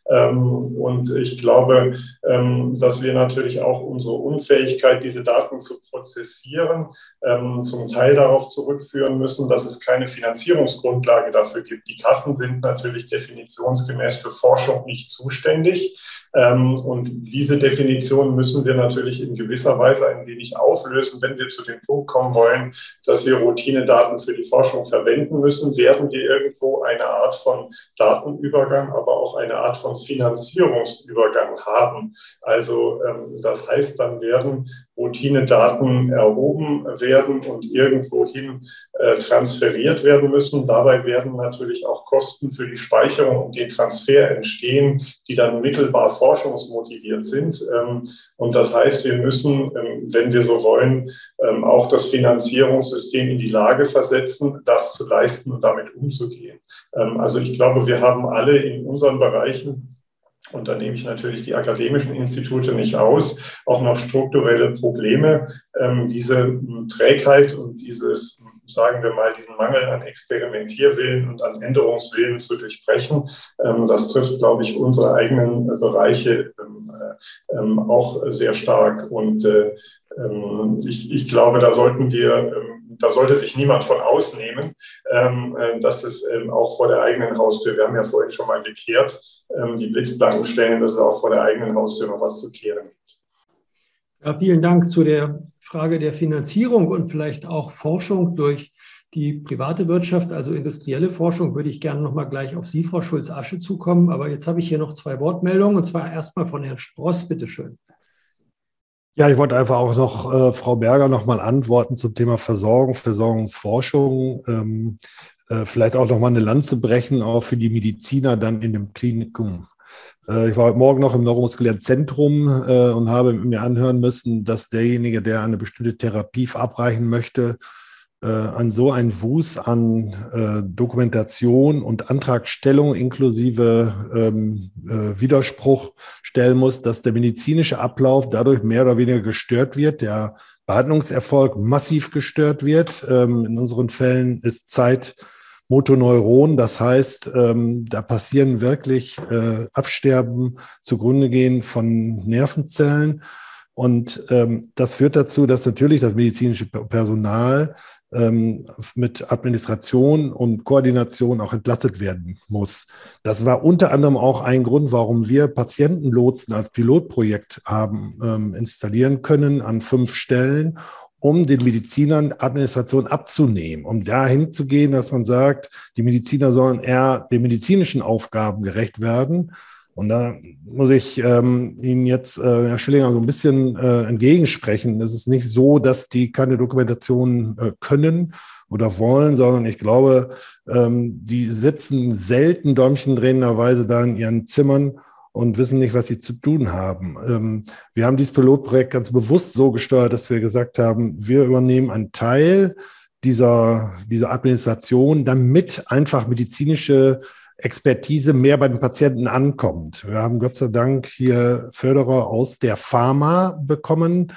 Und ich glaube, dass wir natürlich auch unsere Unfähigkeit, diese Daten zu prozessieren, zum Teil darauf zurückführen müssen, dass es keine Finanzierungsgrundlage dafür gibt. Die Kassen sind natürlich definitionsgemäß für Forschung nicht zuständig. Und diese Definition müssen wir natürlich in gewisser Weise ein wenig auflösen. Wenn wir zu dem Punkt kommen wollen, dass wir Routinedaten für die Forschung verwenden müssen, werden wir irgendwo eine Art von Datenübergang, aber auch eine Art von Finanzierungsübergang haben. Also das heißt, dann werden Routinedaten erhoben werden und irgendwohin transferiert werden müssen. Dabei werden natürlich auch Kosten für die Speicherung und den Transfer entstehen, die dann mittelbar forschungsmotiviert sind. Und das heißt, wir müssen, wenn wir so wollen, auch das Finanzierungssystem in die Lage versetzen, das zu leisten und damit umzugehen. Also ich glaube, wir haben alle in unseren Bereichen, und da nehme ich natürlich die akademischen Institute nicht aus, auch noch strukturelle Probleme, diese Trägheit und dieses, sagen wir mal, diesen Mangel an Experimentierwillen und an Änderungswillen zu durchbrechen. Das trifft, glaube ich, unsere eigenen Bereiche auch sehr stark. Und ich glaube, da sollte sich niemand von ausnehmen, dass es auch vor der eigenen Haustür, wir haben ja vorhin schon mal gekehrt, die Blitzplanken stellen, dass es auch vor der eigenen Haustür noch was zu kehren gibt. Ja, vielen Dank zu der Frage der Finanzierung und vielleicht auch Forschung durch die private Wirtschaft, also industrielle Forschung, würde ich gerne noch mal gleich auf Sie, Frau Schulz-Asche, zukommen. Aber jetzt habe ich hier noch 2 Wortmeldungen, und zwar erstmal von Herrn Spross, bitteschön. Ja, ich wollte einfach auch noch Frau Berger noch mal antworten zum Thema Versorgung, Versorgungsforschung. Vielleicht auch noch mal eine Lanze brechen, auch für die Mediziner dann in dem Klinikum. Ich war heute Morgen noch im neuromuskulären Zentrum und habe mir anhören müssen, dass derjenige, der eine bestimmte Therapie verabreichen möchte, an so einen Wust an Dokumentation und Antragstellung inklusive Widerspruch stellen muss, dass der medizinische Ablauf dadurch mehr oder weniger gestört wird, der Behandlungserfolg massiv gestört wird. In unseren Fällen ist Zeit Motoneuron, das heißt, da passieren wirklich Absterben zugrunde gehen von Nervenzellen. Und das führt dazu, dass natürlich das medizinische Personal mit Administration und Koordination auch entlastet werden muss. Das war unter anderem auch ein Grund, warum wir Patientenlotsen als Pilotprojekt haben installieren können an 5 Stellen, um den Medizinern Administration abzunehmen, um dahin zu gehen, dass man sagt, die Mediziner sollen eher den medizinischen Aufgaben gerecht werden. Und da muss ich Ihnen jetzt, Herr Schillinger, so ein bisschen entgegensprechen. Es ist nicht so, dass die keine Dokumentation können oder wollen, sondern ich glaube, die sitzen selten däumchendrehenderweise da in ihren Zimmern und wissen nicht, was sie zu tun haben. Wir haben dieses Pilotprojekt ganz bewusst so gesteuert, dass wir gesagt haben, wir übernehmen einen Teil dieser Administration, damit einfach medizinische Expertise mehr bei den Patienten ankommt. Wir haben Gott sei Dank hier Förderer aus der Pharma bekommen,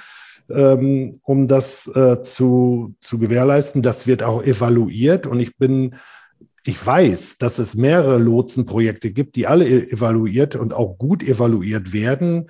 um das zu gewährleisten. Das wird auch evaluiert und ich weiß, dass es mehrere Lotsenprojekte gibt, die alle evaluiert und auch gut evaluiert werden,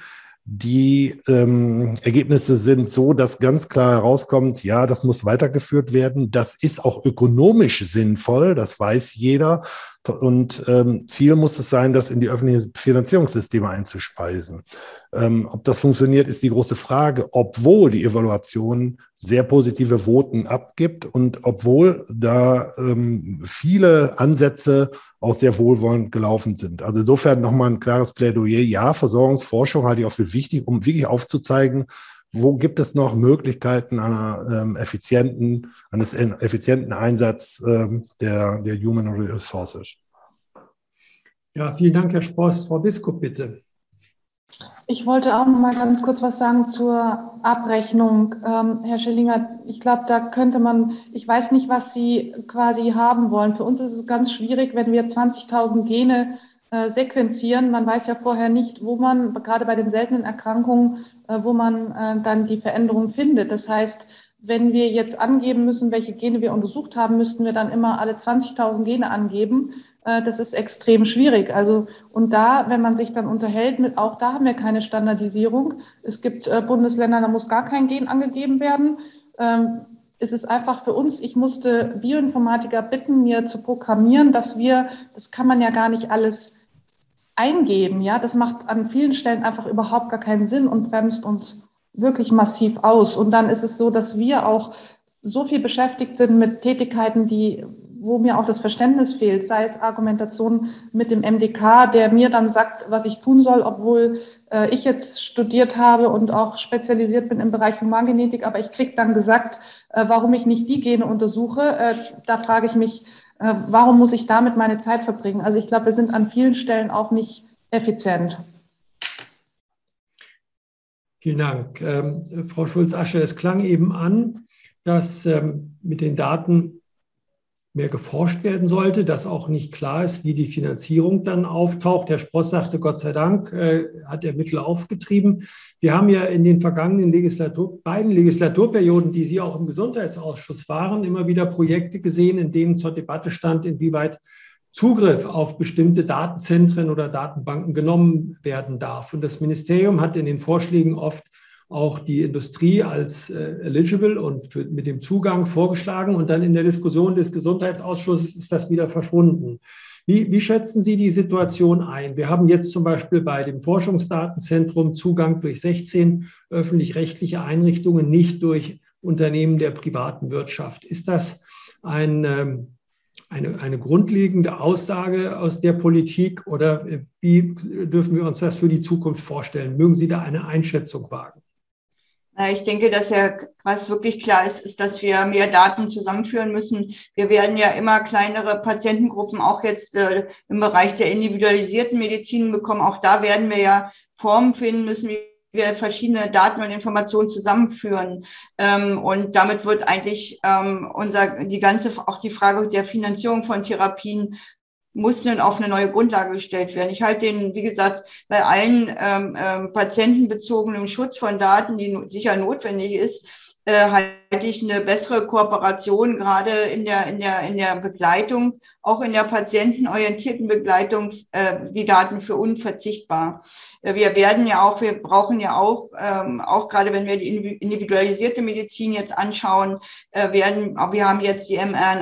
Die Ergebnisse sind so, dass ganz klar herauskommt, ja, das muss weitergeführt werden. Das ist auch ökonomisch sinnvoll, das weiß jeder. Und Ziel muss es sein, das in die öffentlichen Finanzierungssysteme einzuspeisen. Ob das funktioniert, ist die große Frage, obwohl die Evaluation sehr positive Voten abgibt und obwohl da viele Ansätze auch sehr wohlwollend gelaufen sind. Also insofern nochmal ein klares Plädoyer. Ja, Versorgungsforschung halte ich auch für wichtig, um wirklich aufzuzeigen, wo gibt es noch Möglichkeiten eines effizienten Einsatz der Human Resources. Ja, vielen Dank, Herr Spross. Frau Biskup, bitte. Ich wollte auch noch mal ganz kurz was sagen zur Abrechnung. Herr Schillinger, ich glaube, da könnte man, ich weiß nicht, was Sie quasi haben wollen. Für uns ist es ganz schwierig, wenn wir 20.000 Gene sequenzieren. Man weiß ja vorher nicht, wo man, gerade bei den seltenen Erkrankungen, wo man dann die Veränderung findet. Das heißt, wenn wir jetzt angeben müssen, welche Gene wir untersucht haben, müssten wir dann immer alle 20.000 Gene angeben. Das ist extrem schwierig. Also, und da, wenn man sich dann unterhält, auch da haben wir keine Standardisierung. Es gibt Bundesländer, da muss gar kein Gen angegeben werden. Es ist einfach für uns, ich musste Bioinformatiker bitten, mir zu programmieren, das kann man ja gar nicht alles eingeben. Ja, das macht an vielen Stellen einfach überhaupt gar keinen Sinn und bremst uns wirklich massiv aus. Und dann ist es so, dass wir auch so viel beschäftigt sind mit Tätigkeiten, wo mir auch das Verständnis fehlt, sei es Argumentation mit dem MDK, der mir dann sagt, was ich tun soll, obwohl ich jetzt studiert habe und auch spezialisiert bin im Bereich Humangenetik, aber ich kriege dann gesagt, warum ich nicht die Gene untersuche. Da frage ich mich, warum muss ich damit meine Zeit verbringen? Also ich glaube, wir sind an vielen Stellen auch nicht effizient. Vielen Dank. Frau Schulz-Asche, es klang eben an, dass mit den Daten mehr geforscht werden sollte, dass auch nicht klar ist, wie die Finanzierung dann auftaucht. Herr Spross sagte, Gott sei Dank hat er Mittel aufgetrieben. Wir haben ja in den vergangenen beiden Legislaturperioden, die Sie auch im Gesundheitsausschuss waren, immer wieder Projekte gesehen, in denen zur Debatte stand, inwieweit Zugriff auf bestimmte Datenzentren oder Datenbanken genommen werden darf. Und das Ministerium hat in den Vorschlägen oft auch die Industrie als eligible und mit dem Zugang vorgeschlagen. Und dann in der Diskussion des Gesundheitsausschusses ist das wieder verschwunden. Wie schätzen Sie die Situation ein? Wir haben jetzt zum Beispiel bei dem Forschungsdatenzentrum Zugang durch 16 öffentlich-rechtliche Einrichtungen, nicht durch Unternehmen der privaten Wirtschaft. Ist das eine grundlegende Aussage aus der Politik oder wie dürfen wir uns das für die Zukunft vorstellen? Mögen Sie da eine Einschätzung wagen? Ich denke, dass ja was wirklich klar ist, dass wir mehr Daten zusammenführen müssen. Wir werden ja immer kleinere Patientengruppen auch jetzt im Bereich der individualisierten Medizin bekommen. Auch da werden wir ja Formen finden müssen, wie wir verschiedene Daten und Informationen zusammenführen. Und damit wird eigentlich auch die Frage der Finanzierung von Therapien muss nun auf eine neue Grundlage gestellt werden. Ich halte den, wie gesagt, bei allen patientenbezogenen Schutz von Daten, die sicher notwendig ist, halte ich eine bessere Kooperation gerade in der Begleitung, auch in der patientenorientierten Begleitung, die Daten für unverzichtbar. Wir brauchen ja auch gerade wenn wir die individualisierte Medizin jetzt anschauen, wir haben jetzt die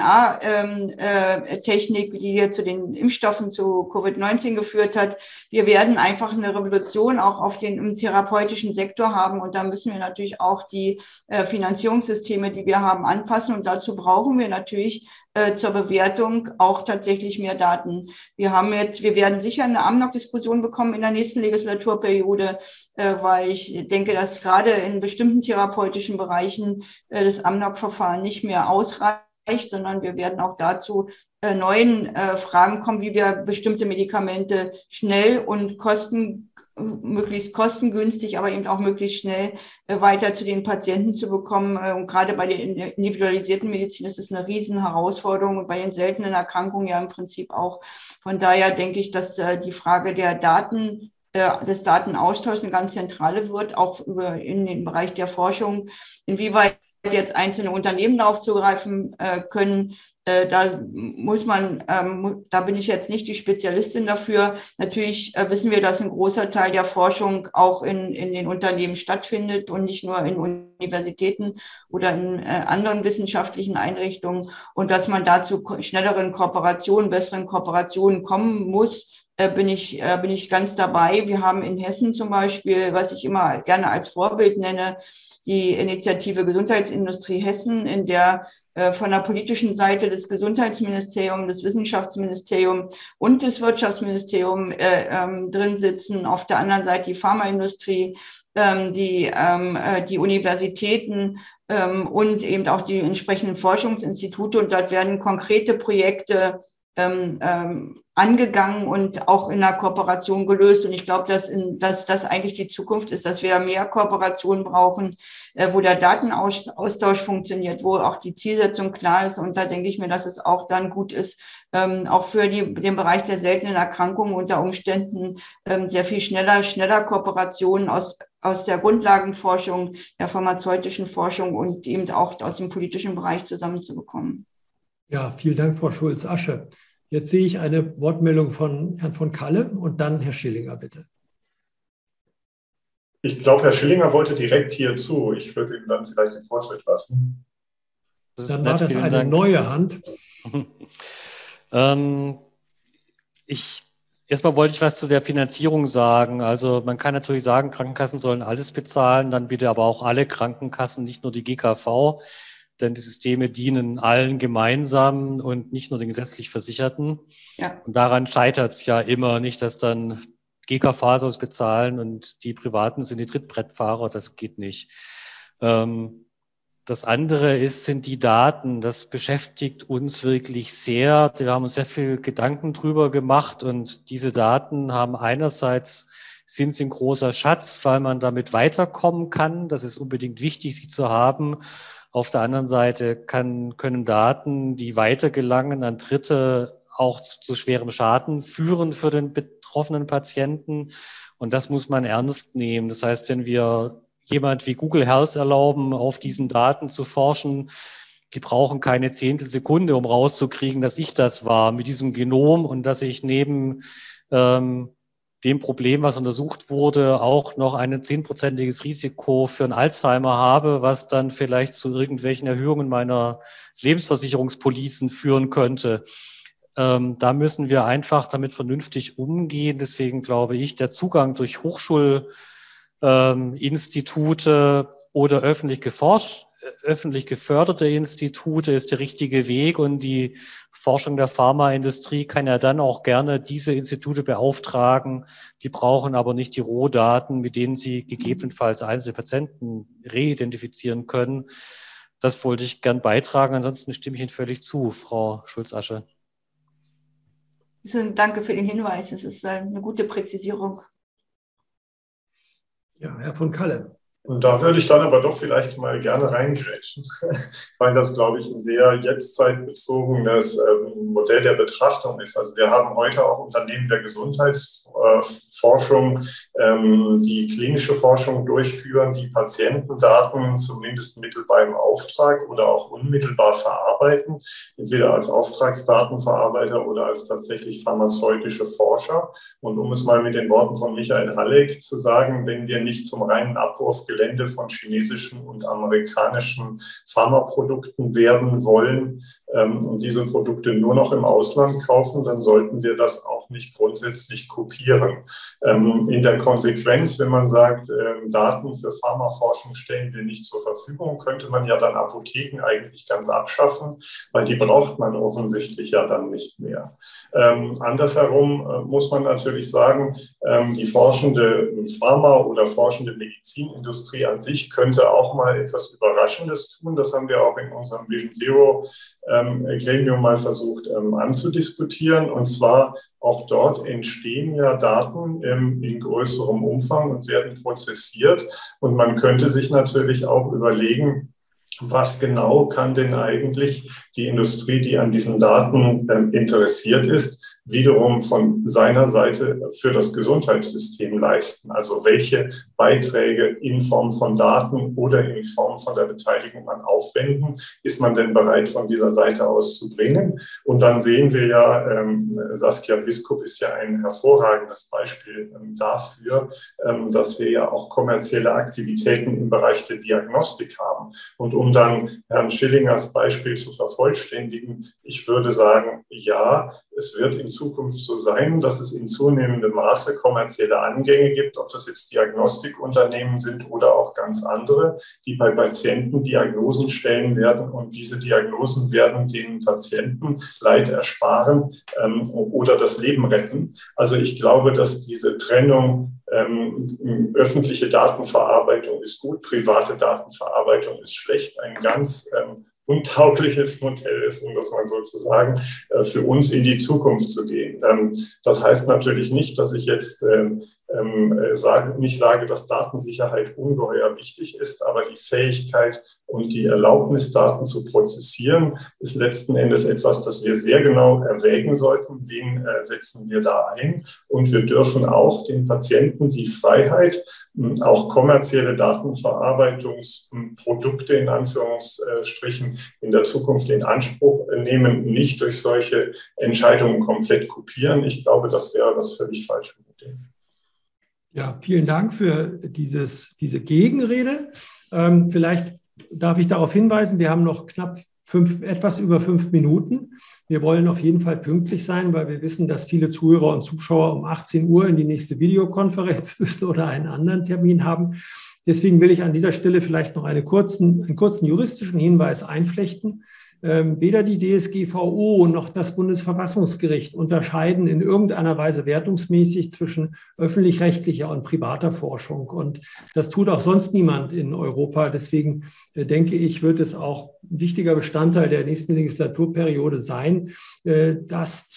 mRNA-Technik, die hier zu den Impfstoffen zu Covid-19 geführt hat. Wir werden einfach eine Revolution auch im therapeutischen Sektor haben und da müssen wir natürlich auch die Finanzierungssysteme, die wir haben, anpassen und dazu brauchen wir natürlich zur Bewertung auch tatsächlich mehr Daten. Wir werden sicher eine AMNOG-Diskussion bekommen in der nächsten Legislaturperiode, weil ich denke, dass gerade in bestimmten therapeutischen Bereichen das AMNOG-Verfahren nicht mehr ausreicht, sondern wir werden auch dazu neuen Fragen kommen, wie wir bestimmte Medikamente schnell und möglichst kostengünstig, aber eben auch möglichst schnell weiter zu den Patienten zu bekommen. Und gerade bei der individualisierten Medizin ist es eine riesen Herausforderung und bei den seltenen Erkrankungen ja im Prinzip auch. Von daher denke ich, dass die Frage der des Datenaustauschs eine ganz zentrale wird, auch in den Bereich der Forschung. Inwieweit jetzt einzelne Unternehmen aufzugreifen können. Da muss man, da bin ich jetzt nicht die Spezialistin dafür. Natürlich wissen wir, dass ein großer Teil der Forschung auch in den Unternehmen stattfindet und nicht nur in Universitäten oder in anderen wissenschaftlichen Einrichtungen und dass man dazu schnelleren Kooperationen, besseren Kooperationen kommen muss. Bin ich ganz dabei. Wir haben in Hessen zum Beispiel, was ich immer gerne als Vorbild nenne, die Initiative Gesundheitsindustrie Hessen, in der von der politischen Seite des Gesundheitsministeriums, des Wissenschaftsministeriums und des Wirtschaftsministeriums drin sitzen. Auf der anderen Seite die Pharmaindustrie, die Universitäten und eben auch die entsprechenden Forschungsinstitute. Und dort werden konkrete Projekte angegangen und auch in einer Kooperation gelöst. Und ich glaube, dass das eigentlich die Zukunft ist, dass wir mehr Kooperation brauchen, wo der Datenaustausch funktioniert, wo auch die Zielsetzung klar ist. Und da denke ich mir, dass es auch dann gut ist, auch für den Bereich der seltenen Erkrankungen unter Umständen sehr viel schneller Kooperationen aus der Grundlagenforschung, der pharmazeutischen Forschung und eben auch aus dem politischen Bereich zusammenzubekommen. Ja, vielen Dank, Frau Schulz-Asche. Jetzt sehe ich eine Wortmeldung von Herrn von Kalle und dann Herr Schillinger, bitte. Ich glaube, Herr Schillinger wollte direkt hierzu. Ich würde ihm dann vielleicht den Vortritt lassen. Dann war das eine neue Hand. Erstmal wollte ich was zu der Finanzierung sagen. Also man kann natürlich sagen, Krankenkassen sollen alles bezahlen, dann bitte aber auch alle Krankenkassen, nicht nur die GKV. Denn die Systeme dienen allen gemeinsam und nicht nur den gesetzlich Versicherten. Ja. Und daran scheitert es ja immer nicht, dass dann GKV soll es bezahlen und die Privaten sind die Trittbrettfahrer. Das geht nicht. Das andere sind die Daten. Das beschäftigt uns wirklich sehr. Wir haben uns sehr viel Gedanken drüber gemacht und diese Daten haben einerseits sind sie ein großer Schatz, weil man damit weiterkommen kann. Das ist unbedingt wichtig, sie zu haben. Auf der anderen Seite können Daten, die weitergelangen an Dritte, auch zu schwerem Schaden führen für den betroffenen Patienten. Und das muss man ernst nehmen. Das heißt, wenn wir jemand wie Google Health erlauben, auf diesen Daten zu forschen, die brauchen keine Zehntelsekunde, um rauszukriegen, dass ich das war mit diesem Genom und dass ich neben dem Problem, was untersucht wurde, auch noch ein 10%iges Risiko für einen Alzheimer habe, was dann vielleicht zu irgendwelchen Erhöhungen meiner Lebensversicherungspolicen führen könnte. Da müssen wir einfach damit vernünftig umgehen. Deswegen glaube ich, der Zugang durch Hochschulinstitute oder öffentlich geförderte Institute ist der richtige Weg und die Forschung der Pharmaindustrie kann ja dann auch gerne diese Institute beauftragen. Die brauchen aber nicht die Rohdaten, mit denen sie gegebenenfalls einzelne Patienten reidentifizieren können. Das wollte ich gern beitragen. Ansonsten stimme ich Ihnen völlig zu, Frau Schulz-Asche. Danke für den Hinweis. Das ist eine gute Präzisierung. Ja, Herr von Kalle. Und da würde ich dann aber doch vielleicht mal gerne reingrätschen, weil das, glaube ich, ein sehr jetztzeitbezogenes Modell der Betrachtung ist. Also wir haben heute auch Unternehmen der Gesundheitsforschung, die klinische Forschung durchführen, die Patientendaten zumindest mittelbar im Auftrag oder auch unmittelbar verarbeiten, entweder als Auftragsdatenverarbeiter oder als tatsächlich pharmazeutische Forscher. Und um es mal mit den Worten von Michael Halleck zu sagen, wenn wir nicht zum reinen Abwurfgelände von chinesischen und amerikanischen Pharmaprodukten werden wollen und diese Produkte nur noch im Ausland kaufen, dann sollten wir das auch nicht grundsätzlich kopieren. In der Konsequenz, wenn man sagt, Daten für Pharmaforschung stellen wir nicht zur Verfügung, könnte man ja dann Apotheken eigentlich ganz abschaffen, weil die braucht man offensichtlich ja dann nicht mehr. Andersherum muss man natürlich sagen, die forschende Pharma- oder forschende Medizinindustrie an sich könnte auch mal etwas Überraschendes tun. Das haben wir auch in unserem Vision Zero Gremium mal versucht anzudiskutieren. Und zwar auch dort entstehen ja Daten in größerem Umfang und werden prozessiert. Und man könnte sich natürlich auch überlegen, was genau kann denn eigentlich die Industrie, die an diesen Daten interessiert ist, wiederum von seiner Seite für das Gesundheitssystem leisten? Also welche Beiträge in Form von Daten oder in Form von der Beteiligung an Aufwänden ist man denn bereit, von dieser Seite aus zu bringen? Und dann sehen wir ja, Saskia Biskup ist ja ein hervorragendes Beispiel dafür, dass wir ja auch kommerzielle Aktivitäten im Bereich der Diagnostik haben. Und um dann Herrn Schillingers Beispiel zu vervollständigen, ich würde sagen, ja, es wird in Zukunft so sein, dass es in zunehmendem Maße kommerzielle Angänge gibt, ob das jetzt Diagnostikunternehmen sind oder auch ganz andere, die bei Patienten Diagnosen stellen werden und diese Diagnosen werden den Patienten Leid ersparen oder das Leben retten. Also ich glaube, dass diese Trennung öffentliche Datenverarbeitung ist gut, private Datenverarbeitung ist schlecht, ein ganz untaugliches Modell ist, um das mal so zu sagen, für uns in die Zukunft zu gehen. Das heißt natürlich nicht, dass ich jetzt nicht sage, dass Datensicherheit ungeheuer wichtig ist, aber die Fähigkeit und die Erlaubnis, Daten zu prozessieren, ist letzten Endes etwas, das wir sehr genau erwägen sollten. Wen setzen wir da ein? Und wir dürfen auch den Patienten die Freiheit, auch kommerzielle Datenverarbeitungsprodukte in Anführungsstrichen in der Zukunft in Anspruch nehmen, nicht durch solche Entscheidungen komplett kopieren. Ich glaube, das wäre das völlig falsche Modell. Ja, vielen Dank für diese Gegenrede. Vielleicht darf ich darauf hinweisen, wir haben noch etwas über 5 Minuten. Wir wollen auf jeden Fall pünktlich sein, weil wir wissen, dass viele Zuhörer und Zuschauer um 18 Uhr in die nächste Videokonferenz müssen oder einen anderen Termin haben. Deswegen will ich an dieser Stelle vielleicht noch einen kurzen juristischen Hinweis einflechten. Weder die DSGVO noch das Bundesverfassungsgericht unterscheiden in irgendeiner Weise wertungsmäßig zwischen öffentlich-rechtlicher und privater Forschung. Und das tut auch sonst niemand in Europa. Deswegen denke ich, wird es auch ein wichtiger Bestandteil der nächsten Legislaturperiode sein, das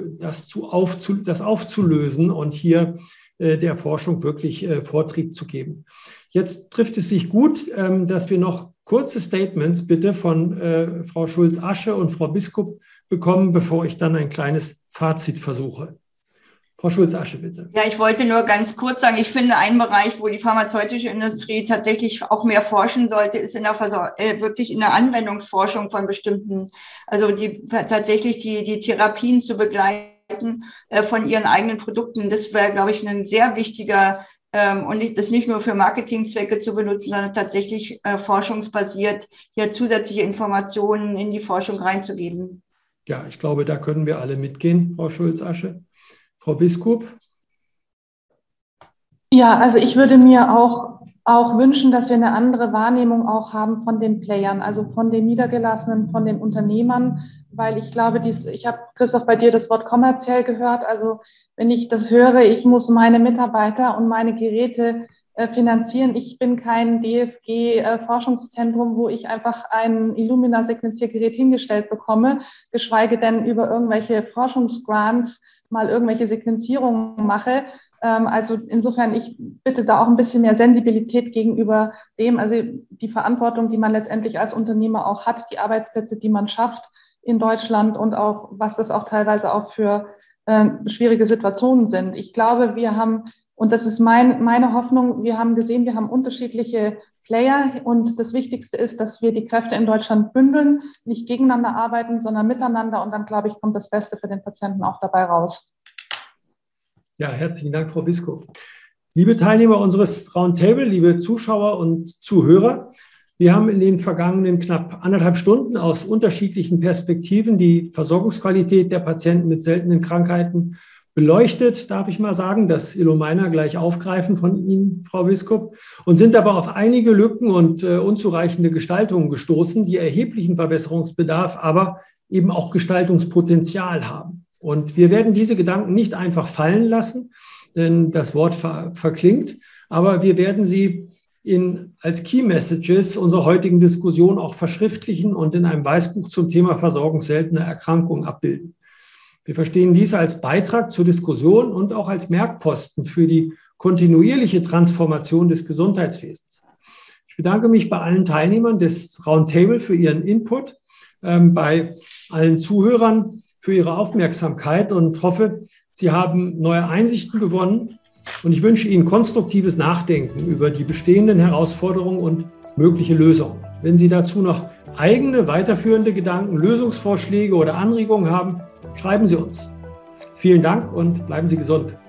aufzulösen und hier der Forschung wirklich Vortrieb zu geben. Jetzt trifft es sich gut, dass wir noch kurze Statements bitte von Frau Schulz-Asche und Frau Biskup bekommen, bevor ich dann ein kleines Fazit versuche. Frau Schulz-Asche, bitte. Ja, ich wollte nur ganz kurz sagen, ich finde, ein Bereich, wo die pharmazeutische Industrie tatsächlich auch mehr forschen sollte, ist wirklich in der Anwendungsforschung von bestimmten, also tatsächlich die Therapien zu begleiten von ihren eigenen Produkten. Das wäre, glaube ich, ein sehr wichtiger und das nicht nur für Marketingzwecke zu benutzen, sondern tatsächlich forschungsbasiert hier zusätzliche Informationen in die Forschung reinzugeben. Ja, ich glaube, da können wir alle mitgehen, Frau Schulz-Asche. Frau Biskup? Ja, also ich würde mir auch wünschen, dass wir eine andere Wahrnehmung auch haben von den Playern, also von den Niedergelassenen, von den Unternehmern, weil ich glaube, ich habe, Christoph, bei dir das Wort kommerziell gehört. Also wenn ich das höre, ich muss meine Mitarbeiter und meine Geräte finanzieren. Ich bin kein DFG-Forschungszentrum, wo ich einfach ein Illumina-Sequenziergerät hingestellt bekomme, geschweige denn über irgendwelche Forschungsgrants mal irgendwelche Sequenzierungen mache. Also insofern, ich bitte da auch ein bisschen mehr Sensibilität gegenüber dem, also die Verantwortung, die man letztendlich als Unternehmer auch hat, die Arbeitsplätze, die man schafft in Deutschland und auch, was das auch teilweise auch für schwierige Situationen sind. Ich glaube, wir haben, und das ist meine Hoffnung, wir haben gesehen, wir haben unterschiedliche Player und das Wichtigste ist, dass wir die Kräfte in Deutschland bündeln, nicht gegeneinander arbeiten, sondern miteinander und dann, glaube ich, kommt das Beste für den Patienten auch dabei raus. Ja, herzlichen Dank, Frau Biskup. Liebe Teilnehmer unseres Roundtable, liebe Zuschauer und Zuhörer, wir haben in den vergangenen knapp 1,5 Stunden aus unterschiedlichen Perspektiven die Versorgungsqualität der Patienten mit seltenen Krankheiten beleuchtet, darf ich mal sagen, das Illumina gleich aufgreifen von Ihnen, Frau Biskup, und sind aber auf einige Lücken und unzureichende Gestaltungen gestoßen, die erheblichen Verbesserungsbedarf, aber eben auch Gestaltungspotenzial haben. Und wir werden diese Gedanken nicht einfach fallen lassen, denn das Wort verklingt, aber wir werden sie als Key Messages unserer heutigen Diskussion auch verschriftlichen und in einem Weißbuch zum Thema Versorgung seltener Erkrankungen abbilden. Wir verstehen dies als Beitrag zur Diskussion und auch als Merkposten für die kontinuierliche Transformation des Gesundheitswesens. Ich bedanke mich bei allen Teilnehmern des Roundtable für ihren Input, bei allen Zuhörern für Ihre Aufmerksamkeit und hoffe, Sie haben neue Einsichten gewonnen. Und ich wünsche Ihnen konstruktives Nachdenken über die bestehenden Herausforderungen und mögliche Lösungen. Wenn Sie dazu noch eigene, weiterführende Gedanken, Lösungsvorschläge oder Anregungen haben, schreiben Sie uns. Vielen Dank und bleiben Sie gesund.